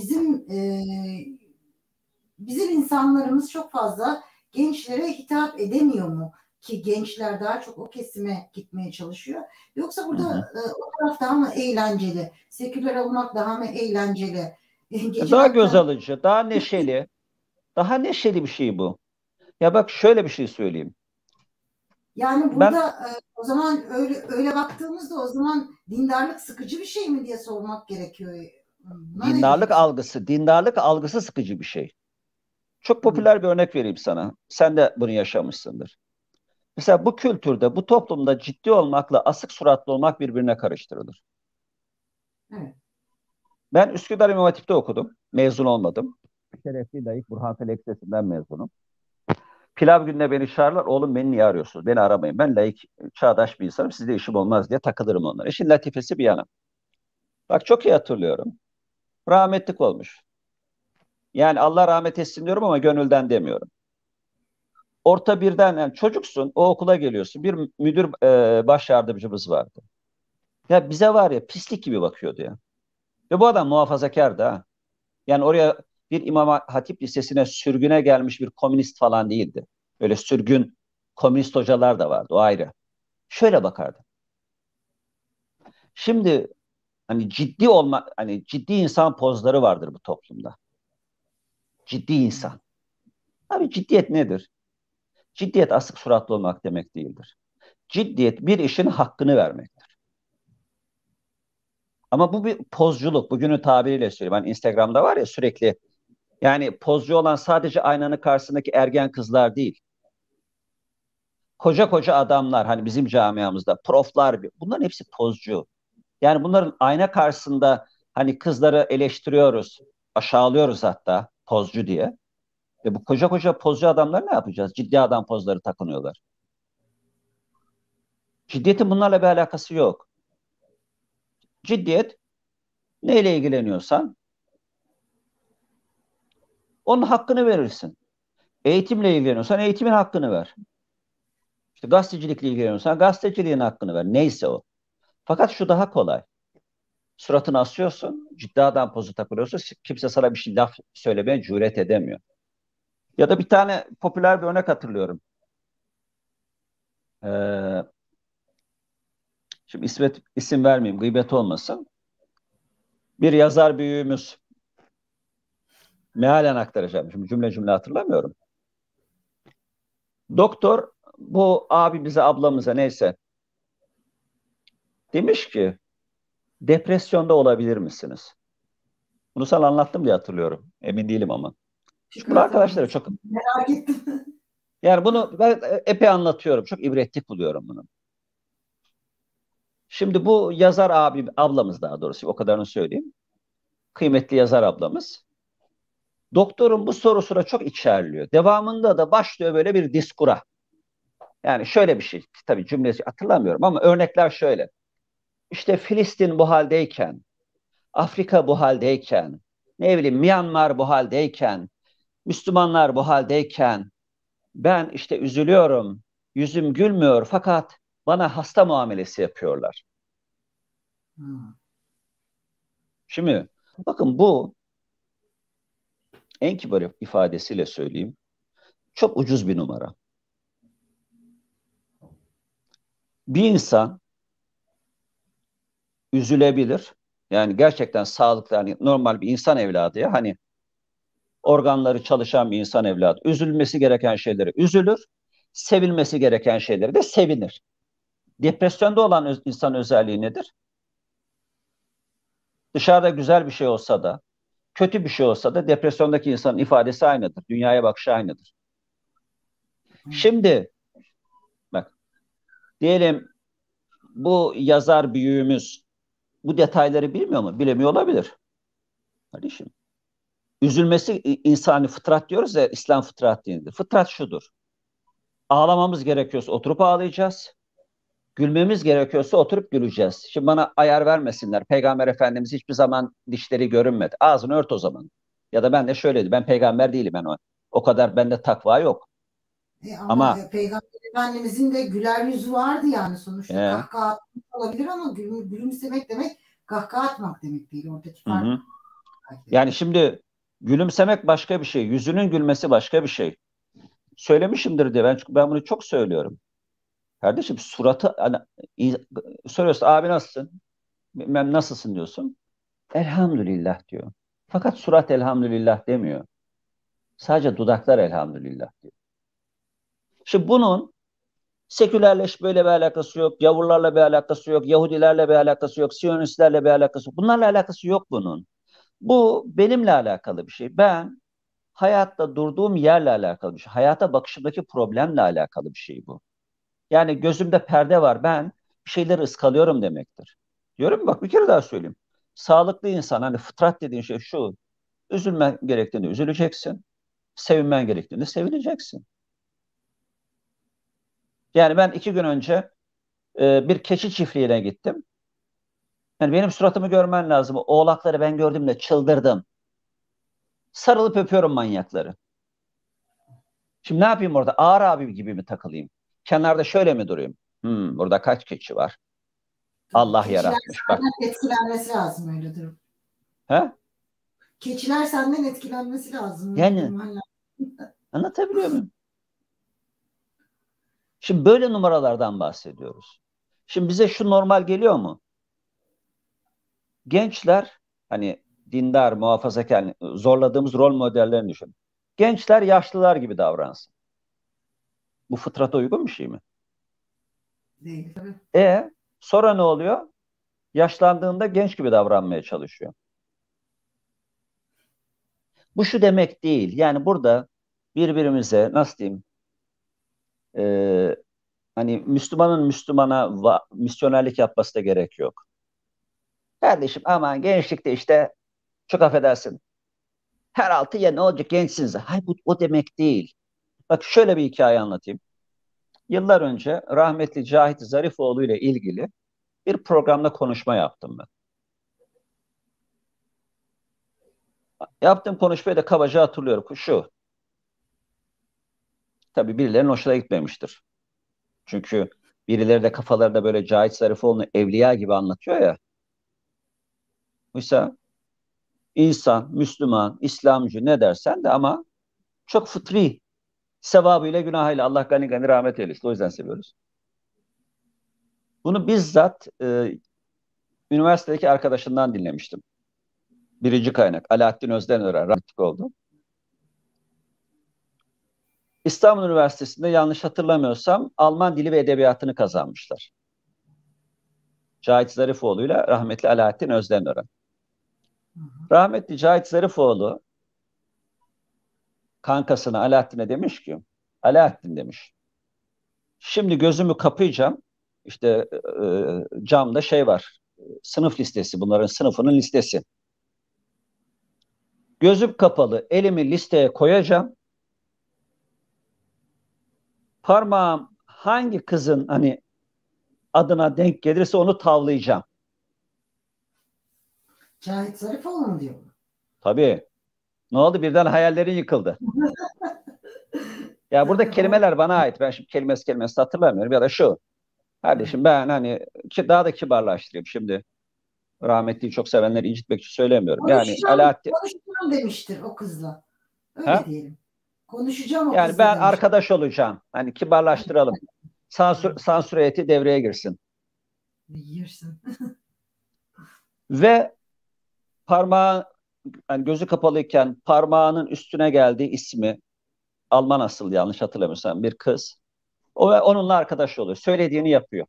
Speaker 1: bizim insanlarımız çok fazla gençlere hitap edemiyor mu? Ki gençler daha çok o kesime gitmeye çalışıyor. Yoksa
Speaker 2: Hı hı.
Speaker 1: burada o taraf daha mı eğlenceli? Seküler olmak daha mı eğlenceli? Gece
Speaker 2: Daha göz
Speaker 1: vakti
Speaker 2: alıcı, daha neşeli, daha neşeli bir şey bu. Ya bak, şöyle bir şey söyleyeyim.
Speaker 1: yani
Speaker 2: Ben
Speaker 1: burada o zaman öyle baktığımızda o zaman dindarlık sıkıcı bir şey mi diye sormak gerekiyor. Buna ne diyeceksin?
Speaker 2: dindarlık algısı sıkıcı bir şey. Çok
Speaker 1: Hı,
Speaker 2: popüler bir örnek vereyim sana. Sen de bunu yaşamışsındır. Mesela bu kültürde, bu toplumda ciddi olmakla asık suratlı olmak birbirine karıştırılır.
Speaker 1: evet.
Speaker 2: Ben Üsküdar İmam Hatip'te okudum. Mezun olmadım. Şerefli layık Burhanfel Lisesi'nden mezunum. Pilav gününe beni çağırırlar. Oğlum beni niye arıyorsunuz? Beni aramayın. Ben layık, çağdaş bir insanım. Sizle işim olmaz diye takılırım onlara. İşin latifesi bir yana. Bak çok iyi hatırlıyorum. Rahmetlik olmuş. Yani Allah rahmet etsin diyorum ama gönülden demiyorum. Orta birden, yani çocuksun, o okula geliyorsun. Bir müdür baş yardımcımız vardı. Ya bize var ya pislik gibi bakıyordu ya. Ve bu adam muhafazakardı ha. Yani oraya bir İmam Hatip Lisesi'ne sürgüne gelmiş bir komünist falan değildi. Öyle sürgün komünist hocalar da vardı, o ayrı. Şöyle bakardı. Şimdi hani ciddi olma, hani ciddi insan pozları vardır bu toplumda. Ciddi insan. Abi ciddiyet nedir? Ciddiyet asık suratlı olmak demek değildir. Ciddiyet bir işin hakkını vermektir. Ama bu bir pozculuk. Bugünün tabiriyle söyleyeyim. Hani Instagram'da var ya sürekli, yani pozcu olan sadece aynanın karşısındaki ergen kızlar değil. Koca koca adamlar, hani bizim camiamızda proflar, bunların hepsi pozcu. Yani bunların ayna karşısında hani kızları eleştiriyoruz, aşağılıyoruz hatta pozcu diye. Ve bu koca koca pozcu adamlar ne yapacağız? Ciddi adam pozları takınıyorlar. Ciddiyetin bunlarla bir alakası yok. Ciddiyet, neyle ilgileniyorsan onun hakkını verirsin. Eğitimle ilgileniyorsan eğitimin hakkını ver. İşte gazetecilikle ilgileniyorsan gazeteciliğin hakkını ver. Neyse o. Fakat şu daha kolay. Suratını asıyorsun, ciddi adam pozu takılıyorsun. Kimse sana bir şey laf söylemeye cüret edemiyor. Ya da bir tane popüler bir örnek hatırlıyorum. Ee, Şimdi isim vermeyeyim, gıybet olmasın. Bir yazar büyüğümüz, mealen aktaracağım. Şimdi cümle cümle hatırlamıyorum. Doktor bu abimize, ablamıza neyse demiş ki depresyonda olabilir misiniz? Bunu sana anlattım diye hatırlıyorum. Emin değilim ama. Çünkü bunu
Speaker 1: Çıkart
Speaker 2: arkadaşlara
Speaker 1: anlat.
Speaker 2: çok,
Speaker 1: Merak ettim.
Speaker 2: yani bunu ben epey anlatıyorum. Çok ibretlik buluyorum bunu. Şimdi bu yazar abi, ablamız daha doğrusu o kadarını söyleyeyim. Kıymetli yazar ablamız. Doktorun bu sorusuna çok içerliyor. Devamında da başlıyor böyle bir diskura. Yani şöyle bir şey. Tabii cümlesi hatırlamıyorum ama örnekler şöyle. İşte Filistin bu haldeyken, Afrika bu haldeyken, ne bileyim Myanmar bu haldeyken, Müslümanlar bu haldeyken ben işte üzülüyorum, yüzüm gülmüyor fakat bana hasta muamelesi yapıyorlar.
Speaker 1: Hmm.
Speaker 2: Şimdi bakın bu en kibar ifadesiyle söyleyeyim. Çok ucuz bir numara. Bir insan üzülebilir. Yani gerçekten sağlıklı, hani normal bir insan evladı ya, hani organları çalışan bir insan evladı. Üzülmesi gereken şeyleri üzülür, sevilmesi gereken şeyleri de sevinir. Depresyonda olan insan özelliği nedir? Dışarıda güzel bir şey olsa da, kötü bir şey olsa da depresyondaki insanın ifadesi aynıdır. Dünyaya bakışı aynıdır.
Speaker 1: Hmm.
Speaker 2: Şimdi bak, diyelim bu yazar büyüğümüz bu detayları bilmiyor mu? Bilemiyor olabilir. Kardeşim. Üzülmesi insani fıtrat diyoruz ya, İslam fıtrat dinidir. Fıtrat şudur. Ağlamamız gerekiyorsa oturup ağlayacağız. Gülmemiz gerekiyorsa oturup güleceğiz. Şimdi bana ayar vermesinler. Peygamber Efendimiz hiçbir zaman dişleri görünmedi. Ağzını ört o zaman. Ya da ben de şöyleydi. Ben peygamber değilim. Ben o kadar bende takva yok.
Speaker 1: Ama
Speaker 2: Ama
Speaker 1: Peygamber Efendimizin de güler yüzü vardı yani sonuçta.
Speaker 2: e,
Speaker 1: Kahkaha atmak olabilir ama gülümsemek demek kahkaha atmak demek değil. Oradaki
Speaker 2: hı
Speaker 1: fark
Speaker 2: hı.
Speaker 1: belki de.
Speaker 2: Yani şimdi gülümsemek başka bir şey. Yüzünün gülmesi başka bir şey. Söylemişimdir diye. Ben bunu çok söylüyorum. Kardeşim suratı hani, soruyorsun abi nasılsın? Bilmem nasılsın diyorsun. Elhamdülillah diyor. Fakat surat elhamdülillah demiyor. Sadece dudaklar elhamdülillah diyor. Şimdi bunun sekülerleşmeyle bir alakası yok, yavrularla bir alakası yok, Yahudilerle bir alakası yok, Siyonistlerle bir alakası yok. Bunlarla alakası yok bunun. Bu benimle alakalı bir şey. Ben hayatta durduğum yerle alakalı bir şey. Hayata bakışımdaki problemle alakalı bir şey bu. Yani gözümde perde var. Ben bir şeyleri ıskalıyorum demektir. Diyorum bak bir kere daha söyleyeyim. Sağlıklı insan, hani fıtrat dediğin şey şu. Üzülmen gerektiğinde üzüleceksin. Sevinmen gerektiğinde sevineceksin. Yani ben 2 gün önce bir keçi çiftliğine gittim. Yani benim suratımı görmen lazım. Oğlakları ben gördüğümde çıldırdım. Sarılıp öpüyorum manyakları. Şimdi ne yapayım orada? Ağır abi gibi mi takılayım? Kenarda şöyle mi durayım? Burada kaç keçi var?
Speaker 1: Tabii.
Speaker 2: Allah
Speaker 1: Keçiler
Speaker 2: yaratmış. Bak.
Speaker 1: senden etkilenmesi lazım öyle durum.
Speaker 2: He?
Speaker 1: Keçiler senden etkilenmesi lazım öyle
Speaker 2: Yani
Speaker 1: durumlarla.
Speaker 2: anlatabiliyor muyum? Şimdi böyle numaralardan bahsediyoruz. Şimdi bize şu normal geliyor mu? Gençler hani dindar, muhafazakar, yani zorladığımız rol modellerini düşün. Gençler yaşlılar gibi davransın. Bu fıtrata uygun bir şey mi?
Speaker 1: Değil. Tabii.
Speaker 2: E sonra ne oluyor? Yaşlandığında genç gibi davranmaya çalışıyor. Bu şu demek değil. Yani burada birbirimize nasıl diyeyim? e, Hani Müslümanın Müslümana misyonerlik yapması da gerek yok. Kardeşim aman gençlikte işte çok affedersin. Her altı ya ne olacak gençsiniz. Hayır bu o demek değil. Bak şöyle bir hikaye anlatayım. Yıllar önce rahmetli Cahit Zarifoğlu ile ilgili bir programda konuşma yaptım ben. Yaptığım konuşmayı da kabaca hatırlıyorum. Şu, tabii birilerinin hoşuna gitmemiştir. Çünkü birileri de kafalarında böyle Cahit Zarifoğlu'nu evliya gibi anlatıyor ya. Oysa insan, Müslüman, İslamcı ne dersen de ama çok fıtri, sevabıyla günahıyla Allah gani gani rahmet eylesin. O yüzden seviyoruz. Bunu bizzat üniversitedeki arkadaşından dinlemiştim. Birinci kaynak Alaaddin Özdenören rahmetli oldu. İstanbul Üniversitesi'nde yanlış hatırlamıyorsam Alman dili ve edebiyatını kazanmışlar. Cahit Zarifoğlu ile rahmetli Alaaddin Özdenören. Rahmetli Cahit Zarifoğlu kankasına Alaaddin'e demiş ki, Alaaddin demiş, şimdi gözümü kapayacağım, işte camda şey var, sınıf listesi, bunların sınıfının listesi. Gözüm kapalı, elimi listeye koyacağım, parmağım hangi kızın hani adına denk gelirse onu tavlayacağım.
Speaker 1: Cahit Zarifoğlu mu diyor?
Speaker 2: Tabii. Ne oldu? Birden hayallerin yıkıldı. Ya burada kelimeler bana ait. Ben şimdi kelimesi hatırlamıyorum. Ya da şu. Kardeşim ben hani daha da kibarlaştırayım şimdi. Rahmetliyi çok sevenleri incitmek için söylemiyorum. Yani Alaaddin...
Speaker 1: Konuşacağım demiştir o kızla. Öyle
Speaker 2: Ha?
Speaker 1: diyelim. Konuşacağım o
Speaker 2: Yani
Speaker 1: kızla
Speaker 2: ben
Speaker 1: demiştir.
Speaker 2: arkadaş olacağım. Hani kibarlaştıralım. Sansür heyeti devreye girsin.
Speaker 1: Yersin.
Speaker 2: Ve parmağı, yani gözü kapalıyken parmağının üstüne geldiği ismi Alman asıllı yanlış hatırlamıyorsam bir kız. O ve onunla arkadaş oluyor. Söylediğini yapıyor.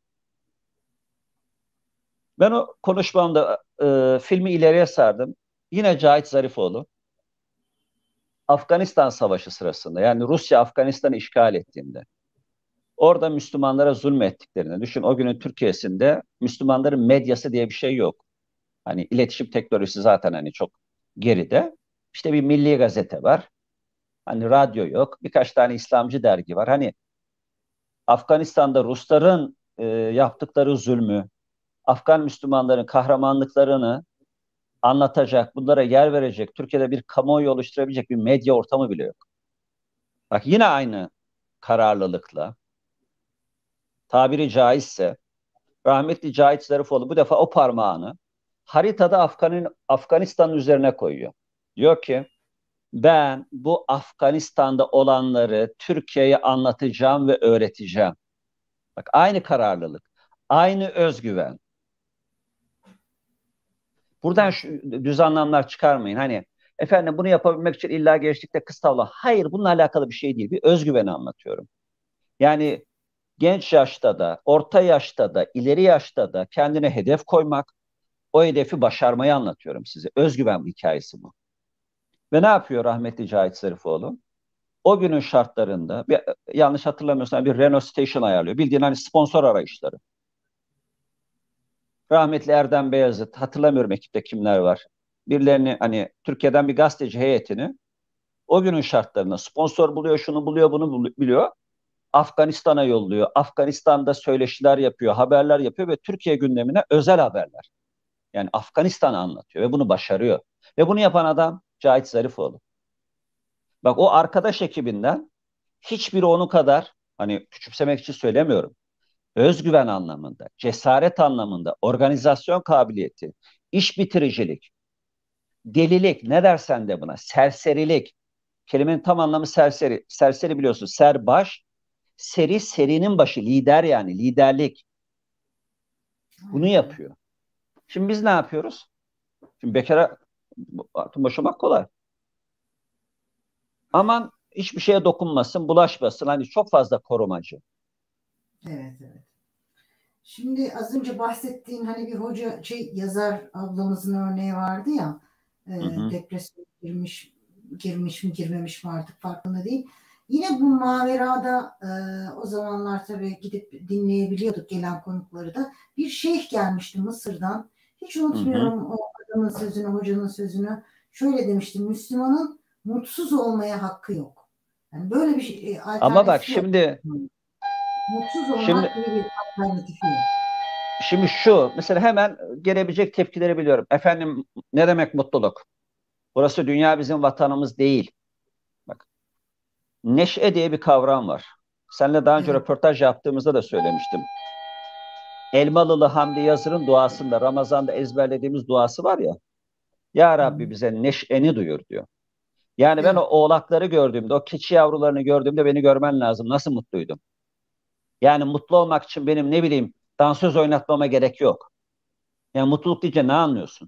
Speaker 2: Ben o konuşmamda filmi ileriye sardım. Yine Cahit Zarifoğlu Afganistan Savaşı sırasında, yani Rusya Afganistan'ı işgal ettiğinde orada Müslümanlara zulmettiklerini düşün. O günün Türkiye'sinde Müslümanların medyası diye bir şey yok. Hani iletişim teknolojisi zaten hani çok geride. İşte bir milli gazete var. Hani radyo yok. Birkaç tane İslamcı dergi var. Hani Afganistan'da Rusların yaptıkları zulmü, Afgan Müslümanların kahramanlıklarını anlatacak, bunlara yer verecek, Türkiye'de bir kamuoyu oluşturabilecek bir medya ortamı bile yok. Bak yine aynı kararlılıkla, tabiri caizse rahmetli Cahit Zarifoğlu bu defa o parmağını haritada Afganistan'ın üzerine koyuyor. Diyor ki ben bu Afganistan'da olanları Türkiye'ye anlatacağım ve öğreteceğim. Bak aynı kararlılık, aynı özgüven. Buradan şu düz anlamlar çıkarmayın. Hani efendim bunu yapabilmek için illa gençlikte kız tavla. Hayır, bununla alakalı bir şey değil. Bir özgüveni anlatıyorum. Yani genç yaşta da, orta yaşta da, ileri yaşta da kendine hedef koymak, o hedefi başarmayı anlatıyorum size. Özgüven hikayesi bu. Ve ne yapıyor rahmetli Cahit Zarifoğlu? O günün şartlarında yanlış hatırlamıyorsam bir Renault Station ayarlıyor. Bildiğin hani sponsor arayışları. Rahmetli Erdem Beyazıt, hatırlamıyorum ekipte kimler var. Birilerini hani Türkiye'den bir gazeteci heyetini o günün şartlarında sponsor buluyor, şunu buluyor, bunu biliyor. Afganistan'a yolluyor. Afganistan'da söyleşiler yapıyor, haberler yapıyor ve Türkiye gündemine özel haberler. Yani Afganistan'ı anlatıyor ve bunu başarıyor. Ve bunu yapan adam Cahit Zarifoğlu. Bak o arkadaş ekibinden hiçbiri onu kadar, hani küçümsemek için söylemiyorum, özgüven anlamında, cesaret anlamında, organizasyon kabiliyeti, iş bitiricilik, delilik, ne dersen de buna, serserilik. Kelimenin tam anlamı serseri. Serseri biliyorsun, serbaş, serinin başı, lider yani, liderlik. Bunu yapıyor. Şimdi biz ne yapıyoruz? Şimdi bekara hatun boşamak kolay. Aman hiçbir şeye dokunmasın, bulaşmasın. Hani çok fazla korumacı.
Speaker 1: Evet, evet. Şimdi az önce bahsettiğin hani bir hoca yazar ablamızın örneği vardı ya,
Speaker 2: Hı hı.
Speaker 1: depresyona girmiş mi girmemiş mi artık farkında değil. Yine bu Mavera'da o zamanlar tabii gidip dinleyebiliyorduk gelen konukları da. Bir şeyh gelmişti Mısır'dan. Hiç
Speaker 2: Hı hı.
Speaker 1: unutmuyorum o adamın sözünü, hocanın sözünü. Şöyle demişti: Müslümanın mutsuz olmaya hakkı yok. Yani böyle bir
Speaker 2: Ama bak
Speaker 1: alternatif yok.
Speaker 2: şimdi
Speaker 1: Mutsuz olmak
Speaker 2: şimdi
Speaker 1: gibi bir alternatifi yok.
Speaker 2: şimdi şu mesela hemen gelebilecek tepkileri biliyorum. Efendim ne demek mutluluk? Burası dünya bizim vatanımız değil. Bak, neşe diye bir kavram var. Seninle daha önce
Speaker 1: Evet.
Speaker 2: röportaj yaptığımızda da söylemiştim. Elmalılı Hamdi Yazır'ın duasında, Ramazan'da ezberlediğimiz duası var ya. Ya
Speaker 1: Hı
Speaker 2: Rabbi
Speaker 1: hı.
Speaker 2: bize neşeni duyur diyor. Yani ben o
Speaker 1: Evet.
Speaker 2: oğlakları gördüğümde, o keçi yavrularını gördüğümde beni görmen lazım. Nasıl mutluydum. Yani mutlu olmak için benim ne bileyim dansöz oynatmama gerek yok. Yani mutluluk deyince ne anlıyorsun?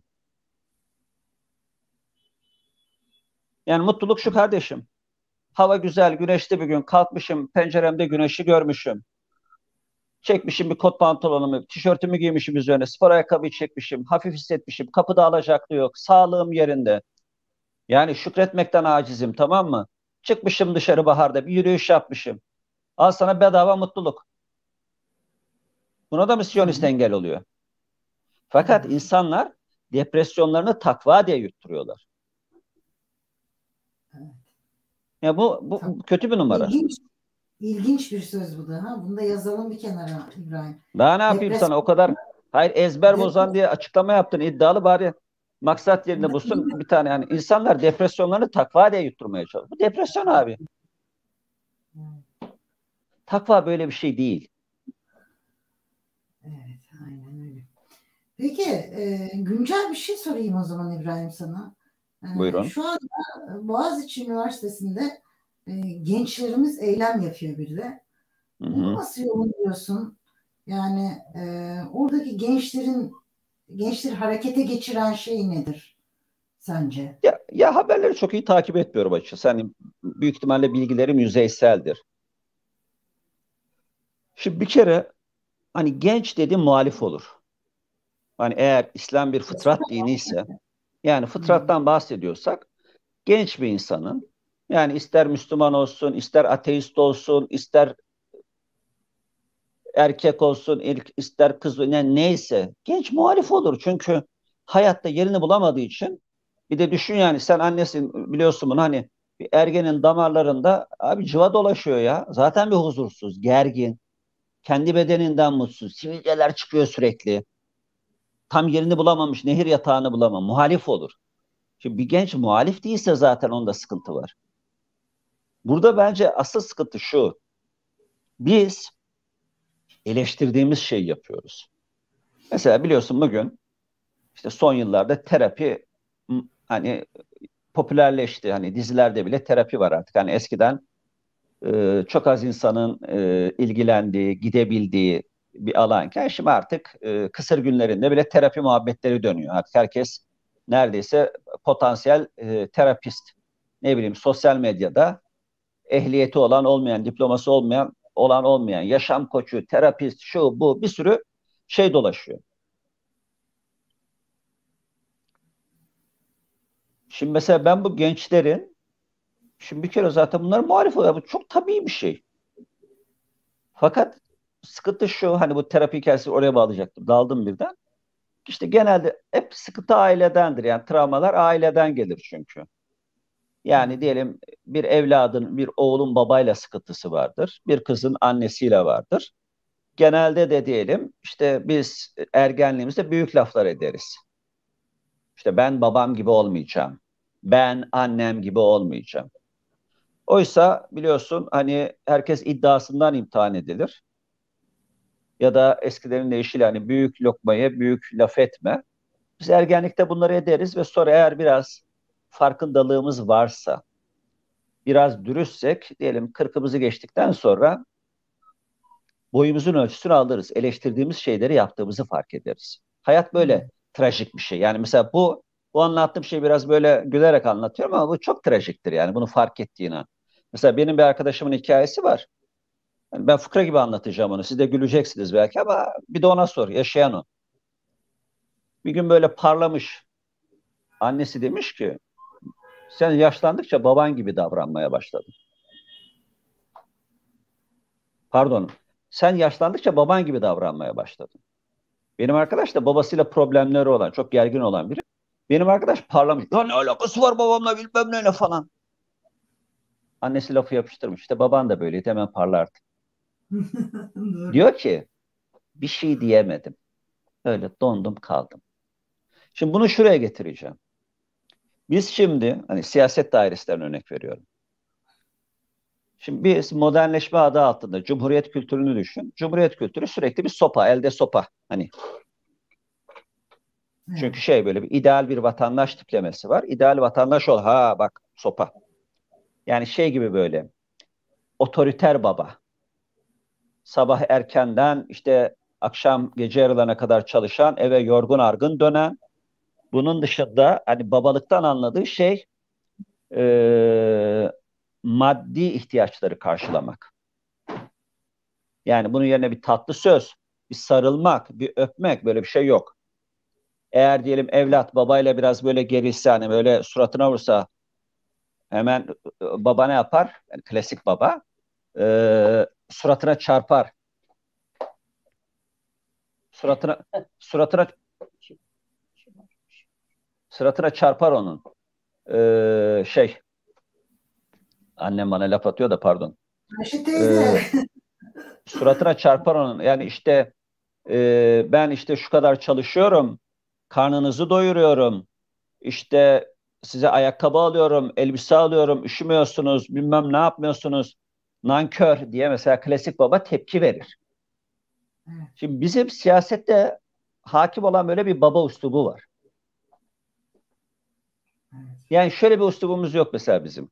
Speaker 2: Yani mutluluk şu kardeşim. Hava güzel, güneşli bir gün kalkmışım, penceremde güneşi görmüşüm. Çekmişim bir kot pantolonumu, tişörtümü giymişim üzerine, spor ayakkabıyı çekmişim, hafif hissetmişim, kapıda alacaklı yok, sağlığım yerinde. Yani şükretmekten acizim, tamam mı? Çıkmışım dışarı baharda, bir yürüyüş yapmışım. Al sana bedava mutluluk. Buna da mı Siyonist
Speaker 1: Tamam.
Speaker 2: engel oluyor? Fakat
Speaker 1: Evet.
Speaker 2: insanlar depresyonlarını takva diye yutturuyorlar.
Speaker 1: Evet.
Speaker 2: Ya bu
Speaker 1: Tamam.
Speaker 2: kötü bir numara.
Speaker 1: İlginç, ilginç bir söz bu da. Ha? Bunu da yazalım bir kenara İbrahim.
Speaker 2: Daha ne yapayım sana o
Speaker 1: Depresyon,
Speaker 2: kadar hayır ezber bozan
Speaker 1: depresyon.
Speaker 2: diye açıklama yaptın iddialı bari maksat yerinde bulsun bir tane yani insanlar depresyonlarını takva diye yutturmaya çalışıyor. Bu depresyon abi. Takva böyle bir şey değil.
Speaker 1: Evet, aynen öyle. Peki, güncel bir şey sorayım o zaman İbrahim sana.
Speaker 2: Buyurun.
Speaker 1: Şu anda Boğaziçi Üniversitesi'nde gençlerimiz eylem yapıyor bir de.
Speaker 2: Hı
Speaker 1: Bunu
Speaker 2: hı.
Speaker 1: nasıl yorumluyorsun? Yani oradaki gençleri harekete geçiren şey nedir sence?
Speaker 2: Ya haberleri çok iyi takip etmiyorum açıkçası. Hani büyük ihtimalle bilgilerim yüzeyseldir. Şimdi bir kere hani genç dedi muhalif olur. Hani eğer İslam bir fıtrat dini ise yani
Speaker 1: Hı,
Speaker 2: fıtrattan bahsediyorsak genç bir insanın yani ister Müslüman olsun, ister ateist olsun, ister erkek olsun, ister kız yani neyse genç muhalif olur. Çünkü hayatta yerini bulamadığı için bir de düşün yani sen annesin biliyorsun bunu hani bir ergenin damarlarında abi cıva dolaşıyor ya. Zaten bir huzursuz, gergin, kendi bedeninden mutsuz, sivilceler çıkıyor sürekli. Tam yerini bulamamış, nehir yatağını bulamam, muhalif olur. Şimdi bir genç muhalif değilse zaten onda sıkıntı var. Burada bence asıl sıkıntı şu. Biz eleştirdiğimiz şeyi yapıyoruz. Mesela biliyorsun bugün işte son yıllarda terapi hani popülerleşti. Hani dizilerde bile terapi var artık. Hani eskiden çok az insanın ilgilendiği, gidebildiği bir alanken şimdi artık kısır günlerinde bile terapi muhabbetleri dönüyor. Artık herkes neredeyse potansiyel terapist. Ne bileyim sosyal medyada ehliyeti olan olmayan, diploması olmayan olan olmayan, yaşam koçu, terapist, şu bu bir sürü şey dolaşıyor. Şimdi mesela ben bu gençlerin, şimdi bir kere zaten bunlar muhalif oluyor. Bu çok tabii bir şey. Fakat sıkıntı şu, hani bu terapi hikayesi oraya bağlayacaktım. Daldım birden. İşte genelde hep sıkıntı ailedendir. Yani travmalar aileden gelir çünkü.
Speaker 1: hı,
Speaker 2: Yani diyelim bir evladın, bir oğlun babayla sıkıntısı vardır. Bir kızın annesiyle vardır. Genelde de diyelim işte biz ergenliğimizde büyük laflar ederiz. İşte ben babam gibi olmayacağım. Ben annem gibi olmayacağım. Oysa biliyorsun hani herkes iddiasından imtihan edilir. Ya da eskilerin deyişiyle hani büyük lokmayı büyük laf etme. Biz ergenlikte bunları ederiz ve sonra eğer biraz farkındalığımız varsa, biraz dürüstsek diyelim 40'ımızı geçtikten sonra boyumuzun ölçüsünü alırız. Eleştirdiğimiz şeyleri yaptığımızı fark ederiz. Hayat
Speaker 1: hı,
Speaker 2: böyle trajik bir şey. Yani mesela bu anlattığım şey biraz böyle gülerek anlatıyorum ama bu çok trajiktir yani bunu fark ettiğin an. Mesela benim bir arkadaşımın hikayesi var. Yani ben fıkra gibi anlatacağım onu. Siz de güleceksiniz belki ama bir de ona sor. Yaşayan o. Bir gün böyle parlamış. Annesi demiş ki sen yaşlandıkça baban gibi davranmaya başladın. Pardon. Sen yaşlandıkça baban gibi davranmaya başladın. Benim arkadaş da babasıyla problemleri olan, çok gergin olan biri. Benim arkadaş parlamış. Ya ne alakası var babamla bilmem ne falan. Annesi lafı yapıştırmış. İşte baban da böyleydi hemen parlardı.
Speaker 1: doğru.
Speaker 2: Diyor ki bir şey diyemedim. Öyle dondum kaldım. Şimdi bunu şuraya getireceğim. Biz şimdi hani siyaset dairesinden örnek veriyorum. Şimdi biz modernleşme adı altında Cumhuriyet kültürünü düşün. Cumhuriyet kültürü sürekli bir sopa, elde sopa. Hani
Speaker 1: Evet.
Speaker 2: çünkü şey böyle bir ideal bir vatandaş tiplemesi var. İdeal vatandaş ol. Ha bak sopa. Yani şey gibi böyle otoriter baba. Sabah erkenden işte akşam gece yarılarına kadar çalışan, eve yorgun argın dönen. Bunun dışında hani babalıktan anladığı şey e, maddi ihtiyaçları karşılamak. Yani bunun yerine bir tatlı söz, bir sarılmak, bir öpmek böyle bir şey yok. Eğer diyelim evlat babayla biraz böyle gerilse hani böyle suratına vursa hemen baba ne yapar? Yani klasik baba suratına çarpar. Suratına suratına suratına çarpar onun. Şey annem bana laf atıyor da pardon.
Speaker 1: Ayşe
Speaker 2: Ee,
Speaker 1: teyze.
Speaker 2: Suratına çarpar onun. Yani işte ben işte şu kadar çalışıyorum, karnınızı doyuruyorum, işte size ayakkabı alıyorum, elbise alıyorum, üşümüyorsunuz, bilmem ne yapmıyorsunuz, nankör diye mesela klasik baba tepki verir.
Speaker 1: Evet,
Speaker 2: Şimdi bizim siyasette hakim olan böyle bir baba üslubu var.
Speaker 1: evet.
Speaker 2: Yani şöyle bir üslubumuz yok mesela bizim.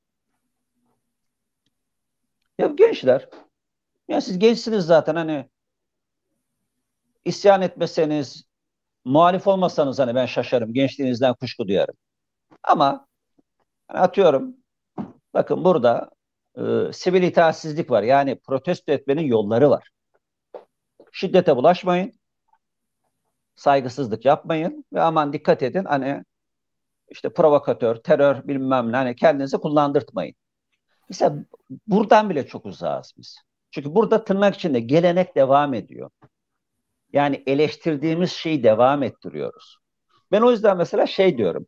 Speaker 2: Ya gençler, ya siz gençsiniz zaten hani isyan etmeseniz, muhalif olmasanız hani ben şaşarım, gençliğinizden kuşku duyarım. Ama hani atıyorum, bakın burada sivil itaatsizlik var. Yani protesto etmenin yolları var. Şiddete bulaşmayın, saygısızlık yapmayın ve aman dikkat edin hani işte provokatör, terör bilmem ne hani kendinizi kullandırtmayın. Mesela buradan bile çok uzağız biz. Çünkü burada tırnak içinde gelenek devam ediyor. Yani eleştirdiğimiz şeyi devam ettiriyoruz. Ben o yüzden mesela şey diyorum.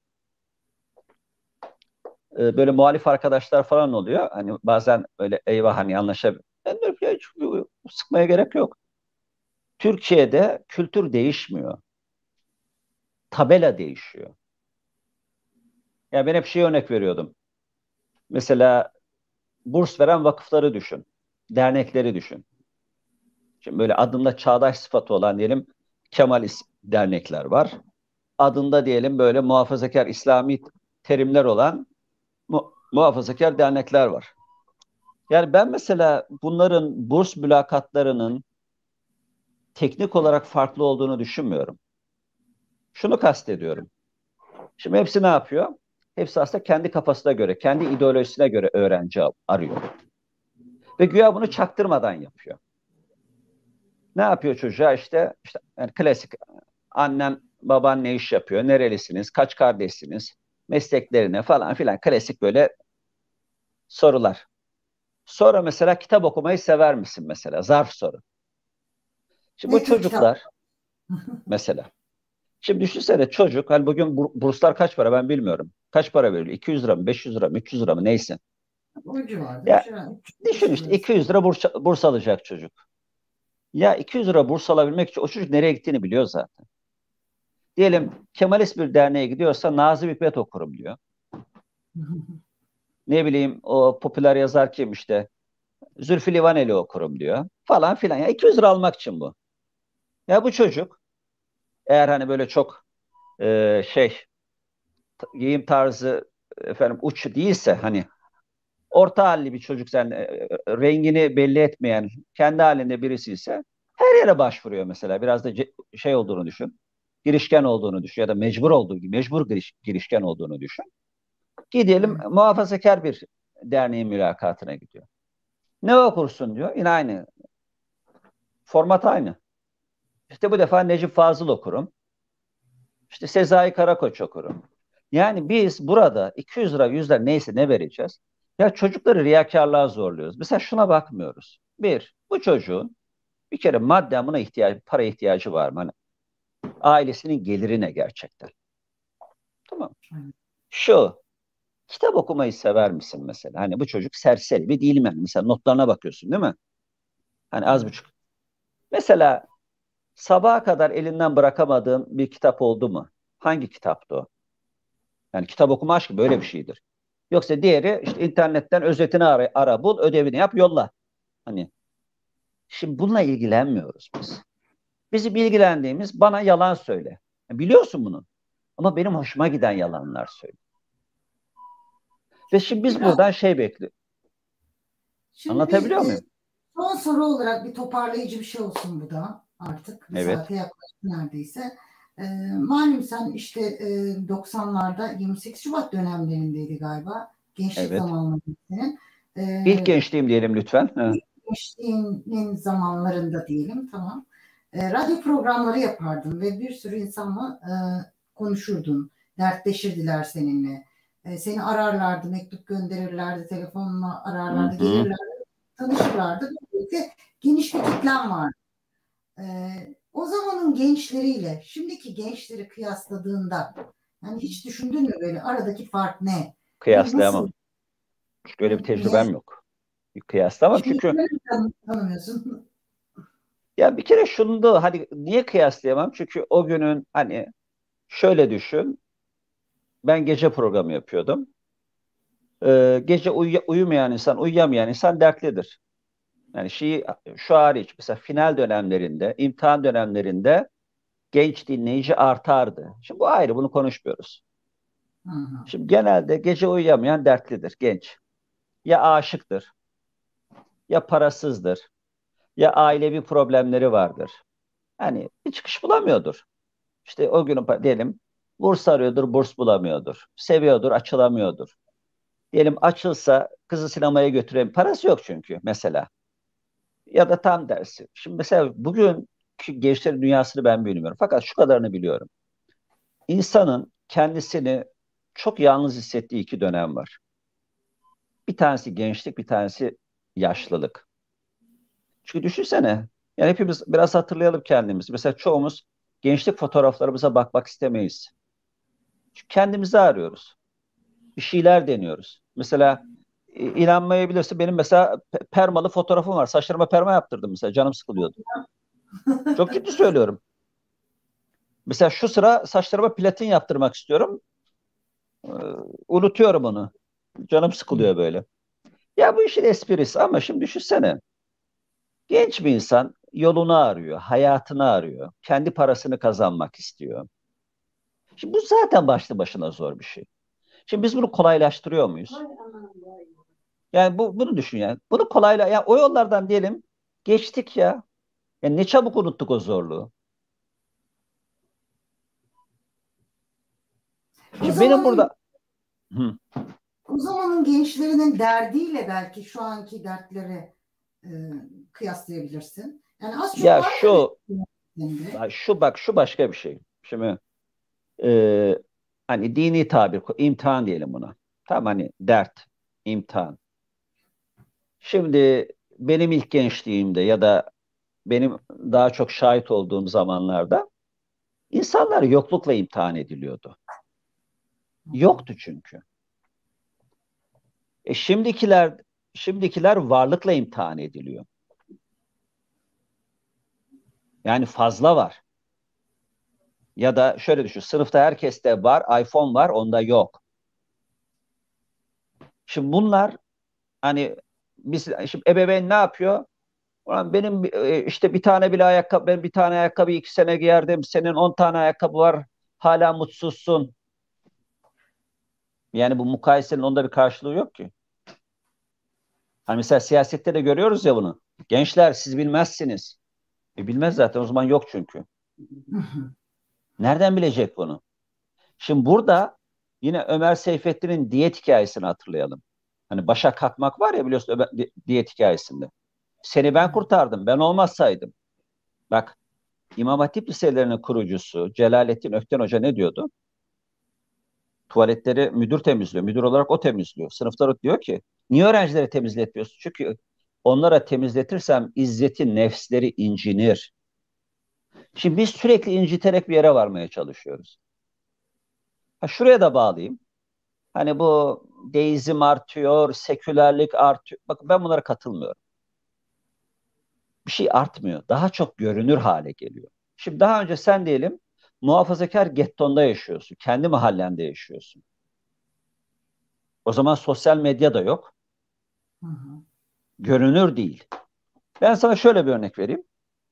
Speaker 2: Böyle muhalif arkadaşlar falan oluyor. Hani bazen öyle eyvah hani anlaşabiliyor. Ben diyorum ki hiç sıkmaya gerek yok. Türkiye'de kültür değişmiyor. Tabela değişiyor. Ya ben hep şey örnek veriyordum. Mesela burs veren vakıfları düşün. Dernekleri düşün. Şimdi böyle adında çağdaş sıfatı olan diyelim Kemalist dernekler var. Adında diyelim böyle muhafazakar İslami terimler olan muhafazakar dernekler var. Yani ben mesela bunların burs mülakatlarının teknik olarak farklı olduğunu düşünmüyorum. Şunu kastediyorum. Şimdi hepsi ne yapıyor? Hepsi aslında kendi kafasına göre, kendi ideolojisine göre öğrenci arıyor. Ve güya bunu çaktırmadan yapıyor. Ne yapıyor çocuğa işte yani klasik annen baban ne iş yapıyor, nerelisiniz, kaç kardeşsiniz, mesleklerine falan filan klasik böyle sorular. Sonra mesela kitap okumayı sever misin mesela? Zarf soru. Şimdi bu
Speaker 1: Ne tür kitap?
Speaker 2: çocuklar mesela. Şimdi düşünsene çocuk hani bugün burslar kaç para ben bilmiyorum. Kaç para veriliyor? 200 lira mı, 500 lira mı, 300 lira mı neyse.
Speaker 1: O civarda bir
Speaker 2: Ya
Speaker 1: şey.
Speaker 2: düşün
Speaker 1: 300
Speaker 2: işte
Speaker 1: arası.
Speaker 2: 200 lira burs alacak çocuk. Ya 200 lira burs alabilmek için o çocuk nereye gittiğini biliyor zaten. Diyelim Kemalist bir derneğe gidiyorsa Nazım Hikmet okurum diyor. Ne bileyim o popüler yazar kim işte Zülfü Livaneli okurum diyor. Falan filan. Ya 200 lira almak için bu. Ya bu çocuk eğer hani böyle çok şey giyim tarzı efendim uç değilse hani orta halli bir çocuk sen rengini belli etmeyen kendi halinde birisi ise her yere başvuruyor mesela. Biraz da şey olduğunu düşün. Girişken olduğunu düşün ya da mecbur olduğu gibi mecbur girişken olduğunu düşün. Gidelim
Speaker 1: Evet.
Speaker 2: muhafazakar bir derneğin mülakatına gidiyor. Ne okursun diyor. Yine aynı. Format aynı. İşte bu defa Necip Fazıl okurum. İşte Sezai Karakoç okurum. Yani biz burada 200 lira 100 lira neyse ne vereceğiz? Ya çocukları riyakarlığa zorluyoruz. Mesela şuna bakmıyoruz. Bir, bu çocuğun bir kere madden buna ihtiyacı, para ihtiyacı var mı? Hani ailesinin geliri ne gerçekten? Tamam. Şu, kitap okumayı sever misin mesela? Hani bu çocuk serseri bir değil mi? Mesela notlarına bakıyorsun değil mi? Hani az
Speaker 1: Evet.
Speaker 2: buçuk. Mesela sabaha kadar elinden bırakamadığın bir kitap oldu mu? Hangi kitaptı o? Yani kitap okuma aşkı böyle bir şeydir. Yoksa diğeri işte internetten özetini ara bul, ödevini yap, yolla. Hani şimdi bununla ilgilenmiyoruz biz. Bizim ilgilendiğimiz bana yalan söyle. Biliyorsun bunu. Ama benim hoşuma giden yalanlar söyle. Ve şimdi biz
Speaker 1: İbrahim,
Speaker 2: buradan şey bekliyoruz.
Speaker 1: şimdi bir
Speaker 2: Anlatabiliyor muyum?
Speaker 1: son soru olarak bir toparlayıcı bir şey olsun bu da artık. Bir
Speaker 2: Evet,
Speaker 1: saate yaklaştı neredeyse. E, Malum sen işte 90'larda 28 Şubat dönemlerindeydi galiba. Gençlik
Speaker 2: evet.
Speaker 1: zamanlarında senin.
Speaker 2: İlk
Speaker 1: E,
Speaker 2: gençliğim diyelim lütfen. Ha.
Speaker 1: Gençliğinin zamanlarında diyelim, tamam. Radyo programları yapardın ve bir sürü insanla konuşurdun. Dertleşirdiler seninle. Seni ararlardı, mektup gönderirlerdi, telefonla
Speaker 2: Hı
Speaker 1: ararlardı,
Speaker 2: hı.
Speaker 1: gelirlerdi, tanışırlardı. Böylelikle geniş bir kitlem var. O zamanın gençleriyle şimdiki gençleri kıyasladığında yani hiç düşündün mü böyle aradaki fark ne? Ve nasıl?
Speaker 2: Kıyaslayamam. Çünkü öyle bir
Speaker 1: Niye?
Speaker 2: tecrübem yok. Kıyaslamam çünkü
Speaker 1: Şimdikileri tanımıyorsun.
Speaker 2: ya bir kere şunu da hadi niye kıyaslayamam? Çünkü o günün hani şöyle düşün. Ben gece programı yapıyordum. Gece uyumayan insan, uyuyamayan insan dertlidir. Yani şu hariç mesela final dönemlerinde, imtihan dönemlerinde genç dinleyici artardı. Şimdi bu ayrı, bunu konuşmuyoruz.
Speaker 1: Hı hı.
Speaker 2: Şimdi genelde gece uyuyamayan dertlidir genç. Ya aşıktır, ya parasızdır, ya ailevi problemleri vardır. Hani bir çıkış bulamıyordur. İşte o günü diyelim burs arıyordur, burs bulamıyordur. Seviyordur, açılamıyordur. Diyelim açılsa kızı sinemaya götüreyim. Parası yok çünkü mesela. Ya da tam tersi. Şimdi mesela bugünkü gençlerin dünyasını ben bilmiyorum. Fakat şu kadarını biliyorum. İnsanın kendisini çok yalnız hissettiği iki dönem var. Bir tanesi gençlik, bir tanesi yaşlılık. Çünkü düşünsene, yani hepimiz biraz hatırlayalım kendimizi. Mesela çoğumuz gençlik fotoğraflarımıza bakmak istemeyiz. Çünkü kendimizi arıyoruz. Bir şeyler deniyoruz. Mesela inanmayabilirsin, benim mesela permalı fotoğrafım var. Saçlarıma perma yaptırdım mesela, canım sıkılıyordu. Çok ciddi söylüyorum. Mesela şu sıra saçlarıma platin yaptırmak istiyorum. Ee, Unutuyorum onu. Canım sıkılıyor böyle. Ya bu işin esprisi ama şimdi düşünsene. Genç bir insan yolunu arıyor, hayatını arıyor. Kendi parasını kazanmak istiyor. Şimdi bu zaten başlı başına zor bir şey. Şimdi biz bunu kolaylaştırıyor muyuz? Yani bunu düşün yani. Bunu ya o yollardan diyelim geçtik ya. Yani ne çabuk unuttuk o zorluğu.
Speaker 1: O
Speaker 2: Şimdi benim
Speaker 1: zamanın
Speaker 2: burada. Hı.
Speaker 1: o zamanın gençlerinin derdiyle belki şu anki dertleri e, kıyaslayabilirsin. Yani az çok
Speaker 2: Ya
Speaker 1: var tabii
Speaker 2: şu
Speaker 1: senin.
Speaker 2: şu bak şu başka bir şey. Şimdi e, hani dini tabir imtihan diyelim buna. Tamam, hani dert, imtihan. Şimdi benim ilk gençliğimde ya da benim daha çok şahit olduğum zamanlarda insanlar yoklukla imtihan ediliyordu. Yoktu çünkü. Şimdikiler varlıkla imtihan ediliyor. Yani fazla var. Ya da şöyle düşün, sınıfta herkeste var, iPhone var, onda yok. Şimdi bunlar hani şimdi ebeveyn ne yapıyor? Ulan benim işte bir tane bile ayakkabı, ben bir tane ayakkabı 2 sene giyerdim. Senin 10 tane ayakkabı var, hala mutsuzsun. Yani bu mukayesenin onda bir karşılığı yok ki. Hani mesela siyasette de görüyoruz ya bunu. Gençler siz bilmezsiniz. Bilmez zaten, o zaman yok çünkü. Nereden bilecek bunu? Şimdi burada yine Ömer Seyfettin'in diyet hikayesini hatırlayalım. Hani başa kalkmak var ya, biliyorsun diyet hikayesinde. Seni ben kurtardım, ben olmazsaydım. Bak, İmam Hatip liselerinin kurucusu Celalettin Ökten Hoca ne diyordu? Tuvaletleri müdür temizliyor. Müdür olarak o temizliyor. Sınıfları diyor ki niye öğrencileri temizletmiyorsun? Çünkü onlara temizletirsem izzeti nefsleri incinir. Şimdi biz sürekli inciterek bir yere varmaya çalışıyoruz. Ha, şuraya da bağlayayım. Hani bu deizm artıyor, sekülerlik artıyor. Bakın ben bunlara katılmıyorum. Bir şey artmıyor. Daha çok görünür hale geliyor. Şimdi daha önce sen diyelim muhafazakar gettonda yaşıyorsun. Kendi mahallende yaşıyorsun. O zaman sosyal medya da yok.
Speaker 1: Hı hı.
Speaker 2: Görünür değil. Ben sana şöyle bir örnek vereyim.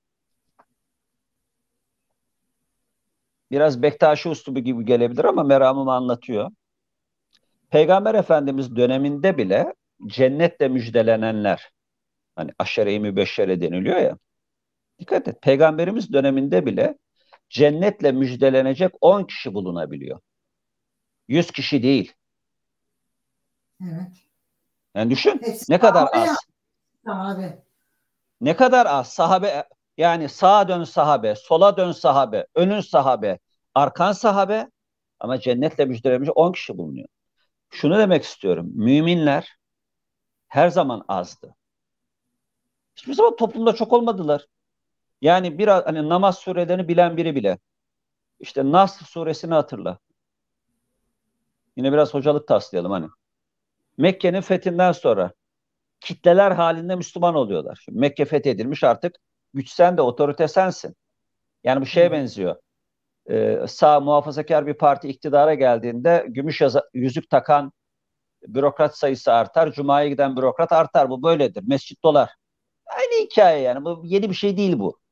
Speaker 2: Biraz Bektaşi üslubu gibi gelebilir ama meramımı anlatıyor. Peygamber Efendimiz döneminde bile cennetle müjdelenenler, hani aşere-i mübeşşere deniliyor ya. Dikkat et. Peygamberimiz döneminde bile cennetle müjdelenecek 10 kişi bulunabiliyor. 100 kişi değil.
Speaker 1: Evet.
Speaker 2: Yani düşün
Speaker 1: Hepsi
Speaker 2: ne kadar
Speaker 1: sahabe ya.
Speaker 2: az.
Speaker 1: Sahabe.
Speaker 2: Ne kadar az. Sahabe, yani sağa dön sahabe, sola dön sahabe, önün sahabe, arkan sahabe, ama cennetle müjdelenmiş 10 kişi bulunuyor. Şunu demek istiyorum. Müminler her zaman azdı. Hiçbir zaman toplumda çok olmadılar. Yani biraz hani namaz surelerini bilen biri bile. İşte Nas suresini hatırla. Yine biraz hocalık taslayalım hani. Mekke'nin fethinden sonra kitleler halinde Müslüman oluyorlar. Şimdi Mekke fethedilmiş, artık güç sen de, otorite sensin. Yani bu
Speaker 1: Hı
Speaker 2: şeye benziyor. Sağ muhafazakar bir parti iktidara geldiğinde yüzük takan bürokrat sayısı artar. Cuma'ya giden bürokrat artar. Bu böyledir. Mescit dolar. Aynı hikaye yani. Bu yeni bir şey değil bu.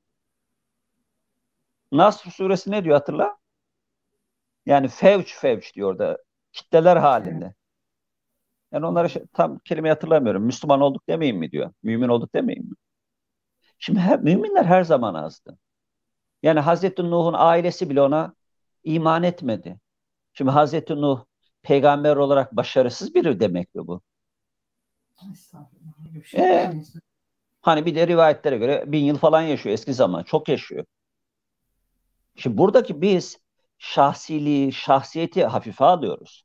Speaker 2: Nasr suresi ne diyor hatırla? Yani fevç fevç diyor orada. Kitleler
Speaker 1: Evet.
Speaker 2: halinde. Yani onlara tam kelimeyi hatırlamıyorum. Müslüman olduk demeyeyim mi diyor. Mümin olduk demeyeyim mi? Şimdi müminler her zaman azdı. Yani Hazreti Nuh'un ailesi bile ona iman etmedi. Şimdi Hazreti Nuh peygamber olarak başarısız biri demek mi bu?
Speaker 1: Estağfurullah. Öyle bir şey
Speaker 2: E,
Speaker 1: diyemeyiz.
Speaker 2: Hani bir de rivayetlere göre 1000 yıl falan yaşıyor, eski zaman. Çok yaşıyor. Şimdi buradaki biz şahsiliği, şahsiyeti hafife alıyoruz.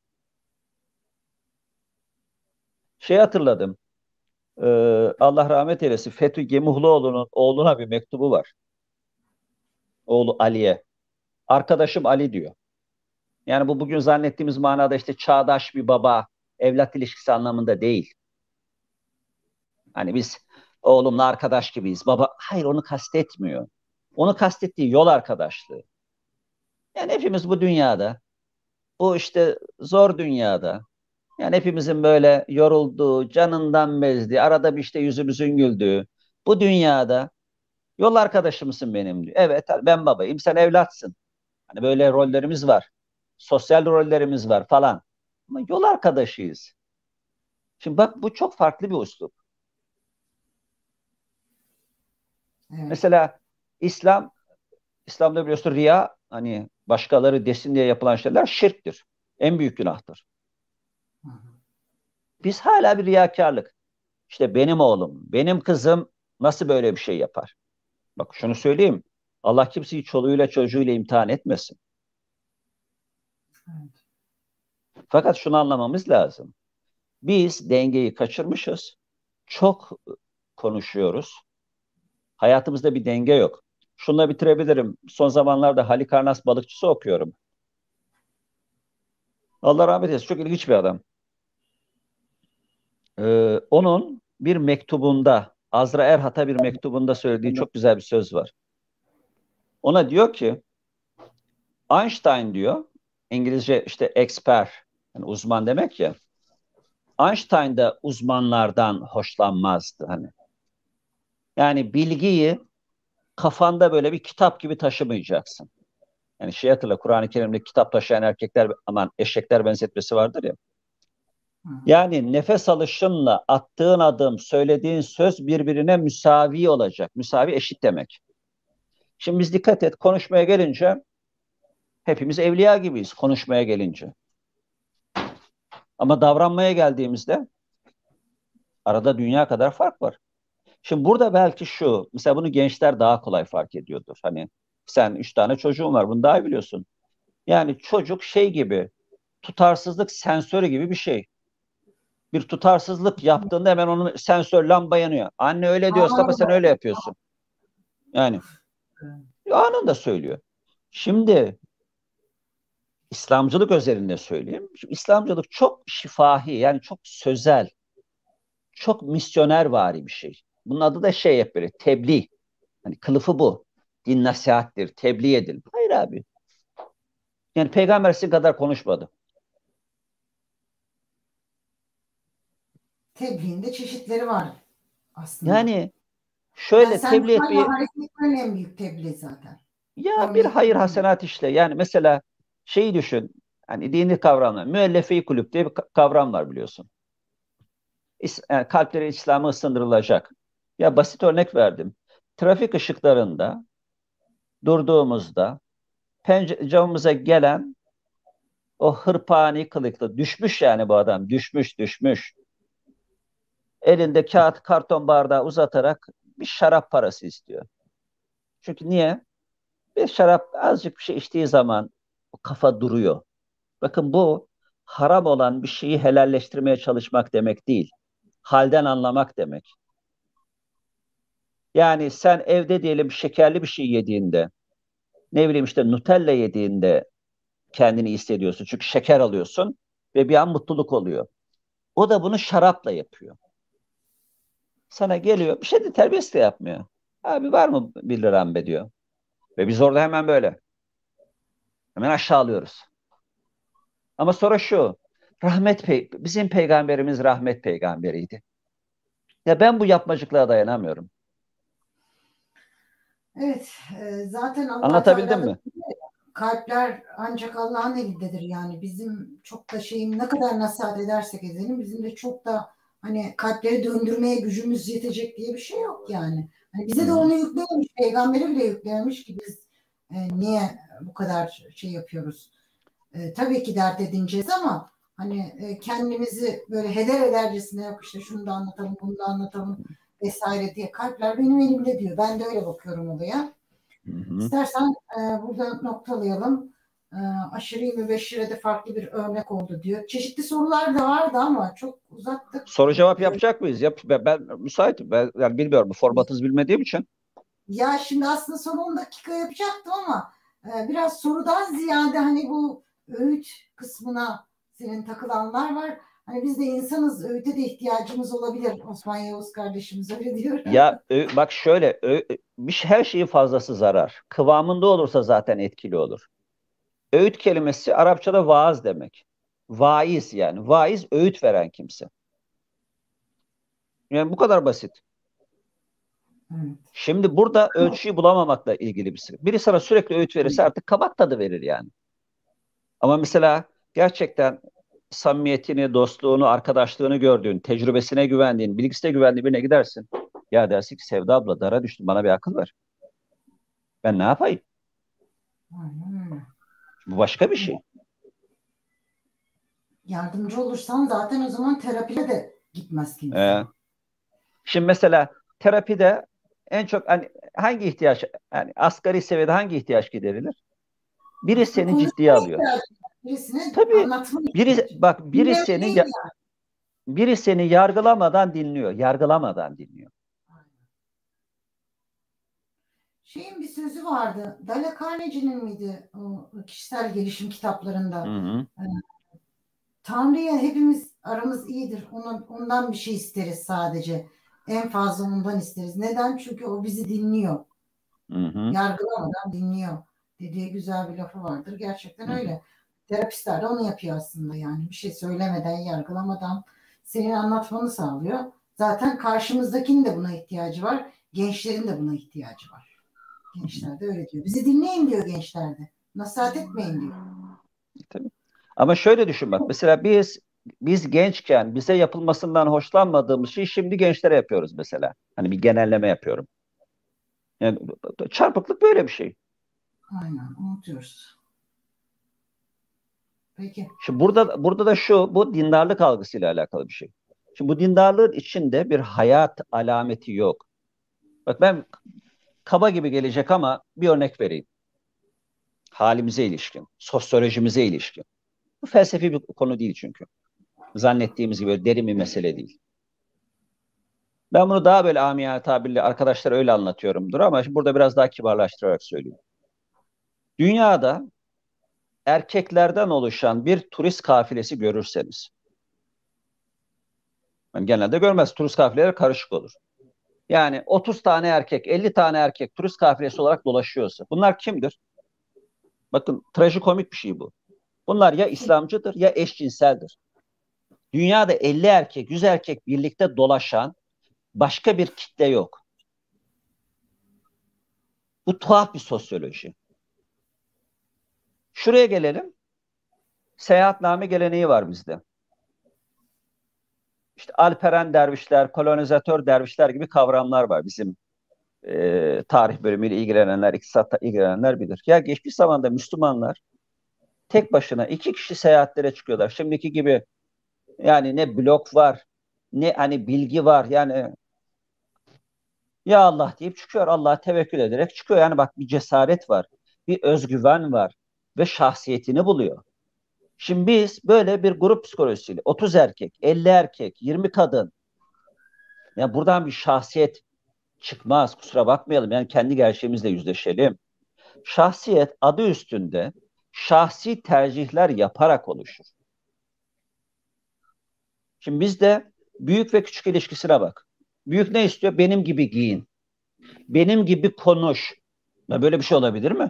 Speaker 2: Şey hatırladım. e, Allah rahmet eylesin. Fethi Gemuhluoğlu'nun oğluna bir mektubu var. Oğlu Ali'ye. Arkadaşım Ali diyor. Yani bu bugün zannettiğimiz manada işte çağdaş bir baba, evlat ilişkisi anlamında değil. Hani biz oğlumla arkadaş gibiyiz. Baba, hayır, onu kastetmiyor. Onu kastettiği yol arkadaşlığı. Yani hepimiz bu dünyada, bu işte zor dünyada, yani hepimizin böyle yorulduğu, canından bezdiği, arada bir işte yüzümüzün güldüğü bu dünyada yol arkadaşımsın benim diyor. Evet, ben babayım, sen evlatsın. Hani böyle rollerimiz var. Sosyal rollerimiz var falan. Ama yol arkadaşıyız. Şimdi bak, bu çok farklı bir üslup.
Speaker 1: Evet.
Speaker 2: Mesela İslam, İslam'da biliyorsun riya, hani başkaları desin diye yapılan şeyler şirktir. En büyük günahtır.
Speaker 1: Hı hı.
Speaker 2: Biz hala bir riyakarlık. İşte benim oğlum, benim kızım nasıl böyle bir şey yapar? Bak şunu söyleyeyim. Allah kimseyi çoluğuyla çocuğuyla imtihan etmesin.
Speaker 1: Evet.
Speaker 2: Fakat şunu anlamamız lazım. Biz dengeyi kaçırmışız. Çok konuşuyoruz. Hayatımızda bir denge yok. Şununla bitirebilirim. Son zamanlarda Halikarnas balıkçısı okuyorum. Allah rahmet eylesin. Çok ilginç bir adam. Onun bir mektubunda, Azra Erhat'a bir mektubunda söylediği çok güzel bir söz var. Ona diyor ki, Einstein diyor, İngilizce işte expert, yani uzman demek ya. Einstein de uzmanlardan hoşlanmazdı hani. Yani bilgiyi kafanda böyle bir kitap gibi taşımayacaksın. Yani şey hatırla, Kur'an-ı Kerim'de kitap taşıyan erkekler, aman eşekler benzetmesi vardır ya.
Speaker 1: Hı hı.
Speaker 2: Yani nefes alışınla attığın adım, söylediğin söz birbirine müsavi olacak. Müsavi, eşit demek. Şimdi biz dikkat et, konuşmaya gelince hepimiz evliya gibiyiz konuşmaya gelince. Ama davranmaya geldiğimizde arada dünya kadar fark var. Şimdi burada belki şu, mesela bunu gençler daha kolay fark ediyordur. Hani sen 3 tane çocuğun var, bunu daha iyi biliyorsun. Yani çocuk şey gibi, tutarsızlık sensörü gibi bir şey. Bir tutarsızlık yaptığında hemen onun sensör lamba yanıyor. Anne öyle diyorsa ama sen
Speaker 1: Anladım.
Speaker 2: öyle yapıyorsun. Yani anında söylüyor. Şimdi İslamcılık özelinde söyleyeyim. Şimdi İslamcılık çok şifahi, yani çok sözel, çok misyonervari bir şey. Bunun adı da şey, hep böyle tebliğ. Hani kılıfı bu. Din nasihattir, tebliğ edil. Hayır abi. Yani peygamber sizin kadar konuşmadı.
Speaker 1: tebliğin de çeşitleri var aslında.
Speaker 2: Yani
Speaker 1: Yani
Speaker 2: şöyle
Speaker 1: sen
Speaker 2: tebliğ
Speaker 1: hala
Speaker 2: etmeyi,
Speaker 1: hareket etmenin en büyük tebliğ zaten.
Speaker 2: ya bir
Speaker 1: Örneğin
Speaker 2: hayır hasenat işle. Yani mesela şeyi düşün. Hani dini kavramlar. Müellefe-i kulüp diye bir kavram var biliyorsun. Yani kalpleri İslam'a ısındırılacak. Ya basit örnek verdim. Trafik ışıklarında durduğumuzda camımıza gelen o hırpani kılıklı düşmüş, yani bu adam düşmüş düşmüş. Elinde kağıt karton bardağı uzatarak bir şarap parası istiyor. Çünkü niye? Bir şarap azıcık bir şey içtiği zaman o kafa duruyor. Bakın bu haram olan bir şeyi helalleştirmeye çalışmak demek değil. Halden anlamak demek. Yani sen evde diyelim şekerli bir şey yediğinde, ne bileyim işte Nutella yediğinde kendini hissediyorsun. Çünkü şeker alıyorsun ve bir an mutluluk oluyor. O da bunu şarapla yapıyor. Sana geliyor, bir şey de terbiyesiz de yapmıyor. Abi var mı 1 liram be diyor. Ve biz orada hemen böyle. Hemen aşağılıyoruz. Ama sonra şu. Bizim peygamberimiz rahmet peygamberiydi. Ya ben bu yapmacıklığa dayanamıyorum.
Speaker 1: evet, zaten Allah
Speaker 2: Anlatabildim
Speaker 1: Teala da
Speaker 2: mi?
Speaker 1: kalpler ancak Allah'ın elindedir yani. Bizim çok da ne kadar nasihat edersek edelim, bizim de çok da hani kalpleri döndürmeye gücümüz yetecek diye bir şey yok yani. Hani
Speaker 2: Hı
Speaker 1: bize de
Speaker 2: hı.
Speaker 1: onu yüklemiş, peygambere bile yüklemiş ki biz niye bu kadar şey yapıyoruz? Tabii ki dert edineceğiz ama hani kendimizi böyle heder edercesine, yok işte şunu da anlatalım, bunu da anlatalım vesaire diye, kalpler benim elimde diyor. Ben de öyle bakıyorum olaya.
Speaker 2: Hı hı.
Speaker 1: İstersen burada noktalayalım. Aşırı mübeşşire de farklı bir örnek oldu diyor. Çeşitli sorular da vardı ama çok uzattık.
Speaker 2: Soru cevap yapacak mıyız? Ben müsaitim. Ben yani bilmiyorum. Bu formatınızı bilmediğim için.
Speaker 1: Ya şimdi aslında son 10 dakika yapacaktım ama biraz sorudan ziyade hani bu öğüt kısmına senin takılanlar var. Hani biz de insanız, öğüte de ihtiyacımız olabilir. Osman Yavuz kardeşimiz öyle diyor.
Speaker 2: Ya bak şöyle her şeyin fazlası zarar. Kıvamında olursa zaten etkili olur. Öğüt kelimesi Arapçada vaaz demek. Vaiz yani. Vaiz öğüt veren kimse. Yani bu kadar basit.
Speaker 1: Evet.
Speaker 2: Şimdi burada ölçüyü bulamamakla ilgili bir sıkıntı. Biri sana sürekli öğüt verirse artık kabak tadı verir yani. Ama mesela gerçekten samimiyetini, dostluğunu, arkadaşlığını gördüğün, tecrübesine güvendiğin, bilgisine güvendiğin birine gidersin. Ya dersin ki Sevda abla dara düştüm, bana bir akıl ver. Ben ne yapayım?
Speaker 1: Aynen öyle.
Speaker 2: Bu başka bir şey.
Speaker 1: Yardımcı olursan zaten o zaman terapiye de gitmez kimse.
Speaker 2: Ee, Şimdi mesela terapide en çok hani hangi ihtiyaç, yani asgari seviyede hangi ihtiyaç giderilir? Biri
Speaker 1: Aslında
Speaker 2: seni ciddiye
Speaker 1: konuşmaya
Speaker 2: alıyor.
Speaker 1: ihtiyacı var. Birisine
Speaker 2: Tabii
Speaker 1: anlatmaya
Speaker 2: biri
Speaker 1: ihtiyacı var.
Speaker 2: bak
Speaker 1: Dinlemek değil yani.
Speaker 2: biri seni yargılamadan dinliyor. Yargılamadan dinliyor.
Speaker 1: Şeyin bir sözü vardı. Dale Carnegie'nin miydi o kişisel gelişim
Speaker 2: Hı
Speaker 1: kitaplarında?
Speaker 2: hı.
Speaker 1: Ee, Tanrı'ya hepimiz aramız iyidir. Ondan bir şey isteriz sadece. En fazla ondan isteriz. Neden? Çünkü o bizi dinliyor.
Speaker 2: Hı hı.
Speaker 1: Yargılamadan dinliyor dediği güzel bir lafı vardır. Gerçekten
Speaker 2: Hı hı.
Speaker 1: öyle. Terapistler de onu yapıyor aslında yani. Bir şey söylemeden, yargılamadan senin anlatmanı sağlıyor. Zaten karşımızdakinin de buna ihtiyacı var. Gençlerin de buna ihtiyacı var. Gençler de öyle diyor. Bizi dinleyin diyor gençler de. Nasihat etmeyin diyor.
Speaker 2: Tabii. Ama şöyle düşün bak. Mesela biz gençken bize yapılmasından hoşlanmadığımız şeyi şimdi gençlere yapıyoruz mesela. Hani bir genelleme yapıyorum. Yani çarpıklık böyle bir şey.
Speaker 1: Aynen, unutuyoruz. Peki.
Speaker 2: Şimdi burada da bu dindarlık algısıyla alakalı bir şey. Şimdi bu dindarlığın içinde bir hayat alameti yok. Bak ben kaba gibi gelecek ama bir örnek vereyim. Halimize ilişkin, sosyolojimize ilişkin. Bu felsefi bir konu değil çünkü. Zannettiğimiz gibi derin bir mesele değil. Ben bunu daha böyle amiyane tabirle arkadaşlara öyle anlatıyorumdur ama şimdi burada biraz daha kibarlaştırarak söyleyeyim. Dünyada erkeklerden oluşan bir turist kafilesi görürseniz, yani genelde görmez, turist kafileleri karışık olur. Yani 30 tane erkek, 50 tane erkek turist kafilesi olarak dolaşıyorsa bunlar kimdir? Bakın trajikomik bir şey bu. Bunlar ya İslamcıdır ya eşcinseldir. Dünyada 50 erkek, 100 erkek birlikte dolaşan başka bir kitle yok. Bu tuhaf bir sosyoloji. Şuraya gelelim. Seyahatname geleneği var bizde. İşte alperen dervişler, kolonizatör dervişler gibi kavramlar var bizim tarih bölümüyle ilgilenenler, iktisatla ilgilenenler bilir. Ya geçmiş zamanda Müslümanlar tek başına 2 kişi seyahatlere çıkıyorlar. Şimdiki gibi yani ne blog var, ne hani bilgi var. Yani ya Allah deyip çıkıyor. Allah'a tevekkül ederek çıkıyor. Yani bak bir cesaret var, bir özgüven var ve şahsiyetini buluyor. Şimdi biz böyle bir grup psikolojisiyle 30 erkek, 50 erkek, 20 kadın, ya buradan bir şahsiyet çıkmaz. Kusura bakmayalım. Yani kendi gerçeğimizle yüzleşelim. Şahsiyet adı üstünde şahsi tercihler yaparak oluşur. Şimdi bizde büyük ve küçük ilişkisine bak. Büyük ne istiyor? Benim gibi giyin. Benim gibi konuş. Ya böyle bir şey olabilir mi?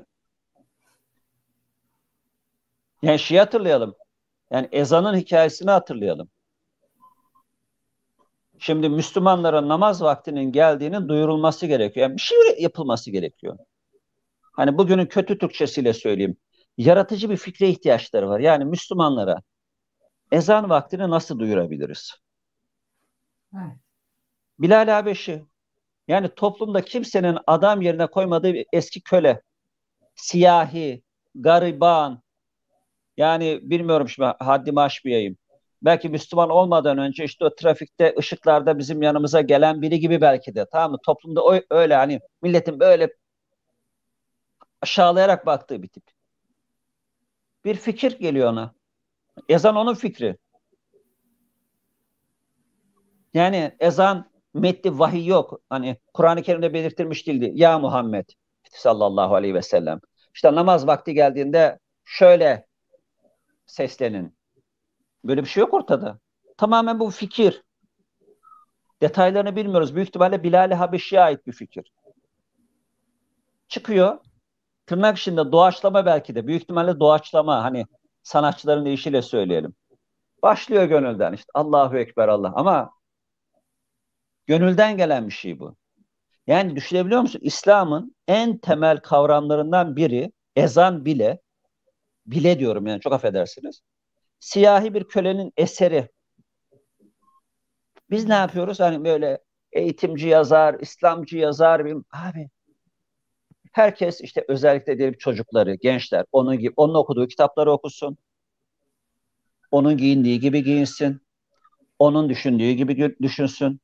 Speaker 2: Yani şeyi hatırlayalım. Yani ezanın hikayesini hatırlayalım. Şimdi Müslümanlara namaz vaktinin geldiğinin duyurulması gerekiyor. Yani bir şey yapılması gerekiyor. Hani bugünün kötü Türkçesiyle söyleyeyim. Yaratıcı bir fikre ihtiyaçları var. Yani Müslümanlara ezan vaktini nasıl duyurabiliriz?
Speaker 1: Evet.
Speaker 2: Bilal Habeşi. Yani toplumda kimsenin adam yerine koymadığı bir eski köle, siyahi, gariban, yani bilmiyorum şimdi haddimi aşmayayım. Belki Müslüman olmadan önce işte o trafikte ışıklarda bizim yanımıza gelen biri gibi belki de, tamam mı? Toplumda öyle hani milletin böyle aşağılayarak baktığı bir tip. Bir fikir geliyor ona. Ezan onun fikri. Yani ezan metni vahiy yok. Hani Kur'an-ı Kerim'de belirtilmiş değildi. Ya Muhammed sallallahu aleyhi ve sellem. İşte namaz vakti geldiğinde şöyle seslenin. Böyle bir şey yok ortada. Tamamen bu fikir. Detaylarını bilmiyoruz. Büyük ihtimalle Bilal-i Habeşi'ye ait bir fikir. Çıkıyor. Tırnak içinde doğaçlama belki de. Büyük ihtimalle doğaçlama. Hani sanatçıların deyişiyle söyleyelim. Başlıyor gönülden işte. Allahu Ekber Allah. Ama gönülden gelen bir şey bu. Yani düşünebiliyor musun? İslam'ın en temel kavramlarından biri ezan bile diyorum yani çok affedersiniz. Siyahi bir kölenin eseri. Biz ne yapıyoruz? Hani böyle eğitimci yazar, İslamcı yazar. Abi herkes işte özellikle diyelim çocukları, gençler onun gibi onun okuduğu kitapları okusun. Onun giyindiği gibi giyinsin. Onun düşündüğü gibi düşünsün.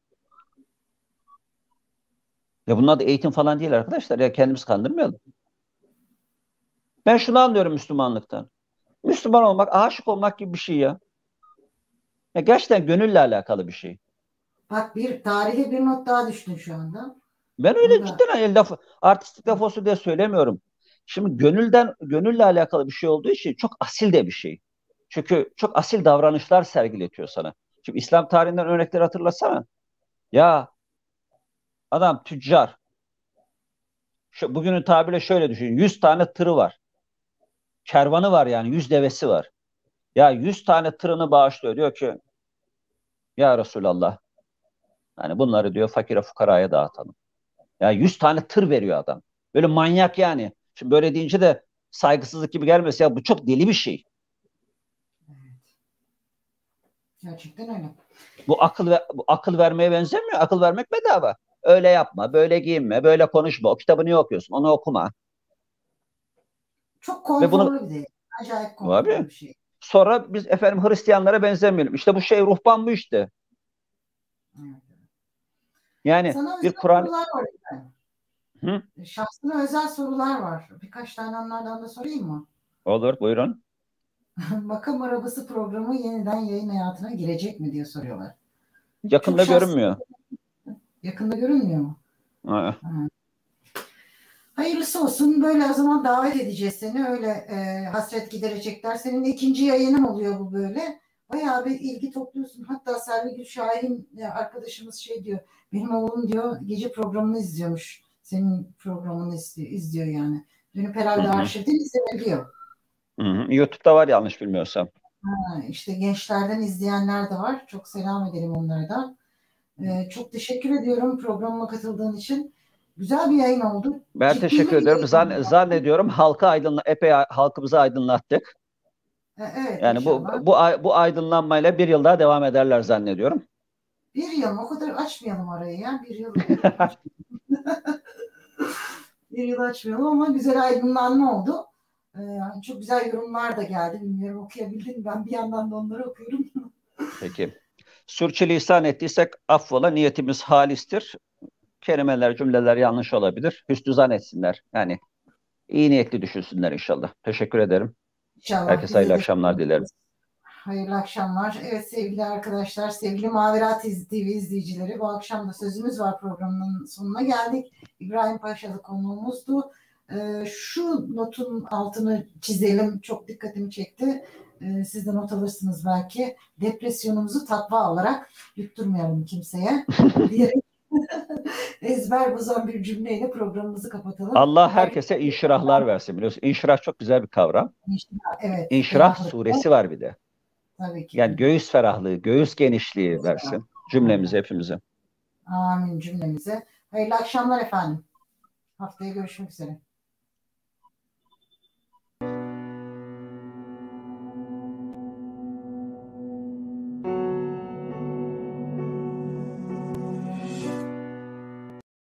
Speaker 2: Ya bunlar da eğitim falan değil arkadaşlar. Ya kendimizi kandırmayalım. Ben şunu anlıyorum Müslümanlıktan. Müslüman olmak, aşık olmak gibi bir şey ya. Ya gerçekten gönülle alakalı bir şey.
Speaker 1: Bak bir tarihe bir not daha düştün şu anda.
Speaker 2: Ben
Speaker 1: Onu
Speaker 2: öyle
Speaker 1: da
Speaker 2: cidden hani artistik laf olsun diye söylemiyorum. Şimdi gönülle alakalı bir şey olduğu için çok asil de bir şey. Çünkü çok asil davranışlar sergiletiyor sana. Şimdi İslam tarihinden örnekleri hatırlasana. Ya adam tüccar. Bugünün tabiriyle şöyle düşün. 100 tane tırı var. Kervanı var yani 100 devesi var. Ya 100 tane tırını bağışlıyor. Diyor ki ya Resulallah hani bunları diyor fakire fukaraya dağıtalım. Ya 100 tane tır veriyor adam. Böyle manyak yani. Şimdi böyle deyince de saygısızlık gibi gelmesin. Ya bu çok deli bir şey.
Speaker 1: gerçekten öyle.
Speaker 2: Bu akıl vermeye benzemiyor. Akıl vermek bedava. Öyle yapma, böyle giyinme, böyle konuşma. O kitabı niye okuyorsun? Onu okuma.
Speaker 1: Çok
Speaker 2: Ve bunu
Speaker 1: konforlu bir de. Acayip konforlu
Speaker 2: abi
Speaker 1: bir şey.
Speaker 2: sonra biz efendim Hristiyanlara benzemeyelim. İşte bu şey ruhban bu işte.
Speaker 1: Evet.
Speaker 2: Yani
Speaker 1: Sana
Speaker 2: bir
Speaker 1: özel
Speaker 2: Kur'an.
Speaker 1: sorular var efendim.
Speaker 2: Hı?
Speaker 1: Şahsına özel sorular var. Birkaç tane onlardan da sorayım mı?
Speaker 2: Olur, buyurun.
Speaker 1: Makam arabası programı yeniden yayın hayatına girecek mi diye soruyorlar. Çok
Speaker 2: Yakında
Speaker 1: şahsi.
Speaker 2: görünmüyor.
Speaker 1: Yakında görünmüyor mu?
Speaker 2: Aa,
Speaker 1: Ha. Hayırlısı olsun. Böyle o zaman davet edeceğiz seni. Öyle hasret giderecekler. Senin ikinci yayının oluyor bu böyle. Bayağı bir ilgi topluyorsun. Hatta Selvi Gülşahin arkadaşımız şey diyor. Benim oğlum diyor gece programını izliyormuş. Senin programını izliyor yani. Dönüp
Speaker 2: hı
Speaker 1: herhalde
Speaker 2: hı,
Speaker 1: arşivden izleyebiliyor.
Speaker 2: hı hı. YouTube'da var yanlış bilmiyorsam.
Speaker 1: Ha, işte gençlerden izleyenler de var. Çok selam edelim onlara da. Çok teşekkür ediyorum programıma katıldığın için. Güzel bir yayın oldu.
Speaker 2: Ben
Speaker 1: Ciddi
Speaker 2: teşekkür
Speaker 1: bir
Speaker 2: ederim.
Speaker 1: yayın oldu.
Speaker 2: Zannediyorum epey halkımızı aydınlattık.
Speaker 1: Evet,
Speaker 2: Yani
Speaker 1: inşallah.
Speaker 2: bu aydınlanmayla bir yıl daha devam ederler zannediyorum.
Speaker 1: Bir yıl o kadar açmayalım arayı ya. Bir yıl açmayalım ama güzel aydınlanma oldu. Çok güzel yorumlar da geldi. Bilmiyorum okuyabildin mi? Ben bir yandan da onları okuyorum.
Speaker 2: Peki. Sürçülisan ettiysek affola, niyetimiz halistir. Kelimeler, cümleler yanlış olabilir. Hüsnü zannetsinler. Yani iyi niyetli düşünsünler inşallah. Teşekkür ederim.
Speaker 1: İnşallah
Speaker 2: Herkese
Speaker 1: bize
Speaker 2: hayırlı
Speaker 1: de
Speaker 2: akşamlar dilerim.
Speaker 1: hayırlı akşamlar. Evet sevgili arkadaşlar, sevgili Mavirat TV izleyicileri, bu akşam da Sözümüz Var programının sonuna geldik. İbrahim Paşalı konuğumuzdu. Şu notun altını çizelim, çok dikkatimi çekti. Siz de not alırsınız belki. Depresyonumuzu takva olarak yutturmayalım kimseye diyerek ezber bozan bir cümleyle programımızı kapatalım.
Speaker 2: Allah
Speaker 1: Herkese
Speaker 2: herkese inşirahlar versin, biliyorsun. İnşirah çok güzel bir kavram.
Speaker 1: evet,
Speaker 2: İnşirah
Speaker 1: ferahlıkla
Speaker 2: suresi var bir de.
Speaker 1: tabii ki
Speaker 2: Yani
Speaker 1: de.
Speaker 2: göğüs ferahlığı, göğüs genişliği versin. Cümlemize,
Speaker 1: Aynen.
Speaker 2: hepimize.
Speaker 1: Amin cümlemize. Hayırlı akşamlar efendim. Haftaya görüşmek üzere.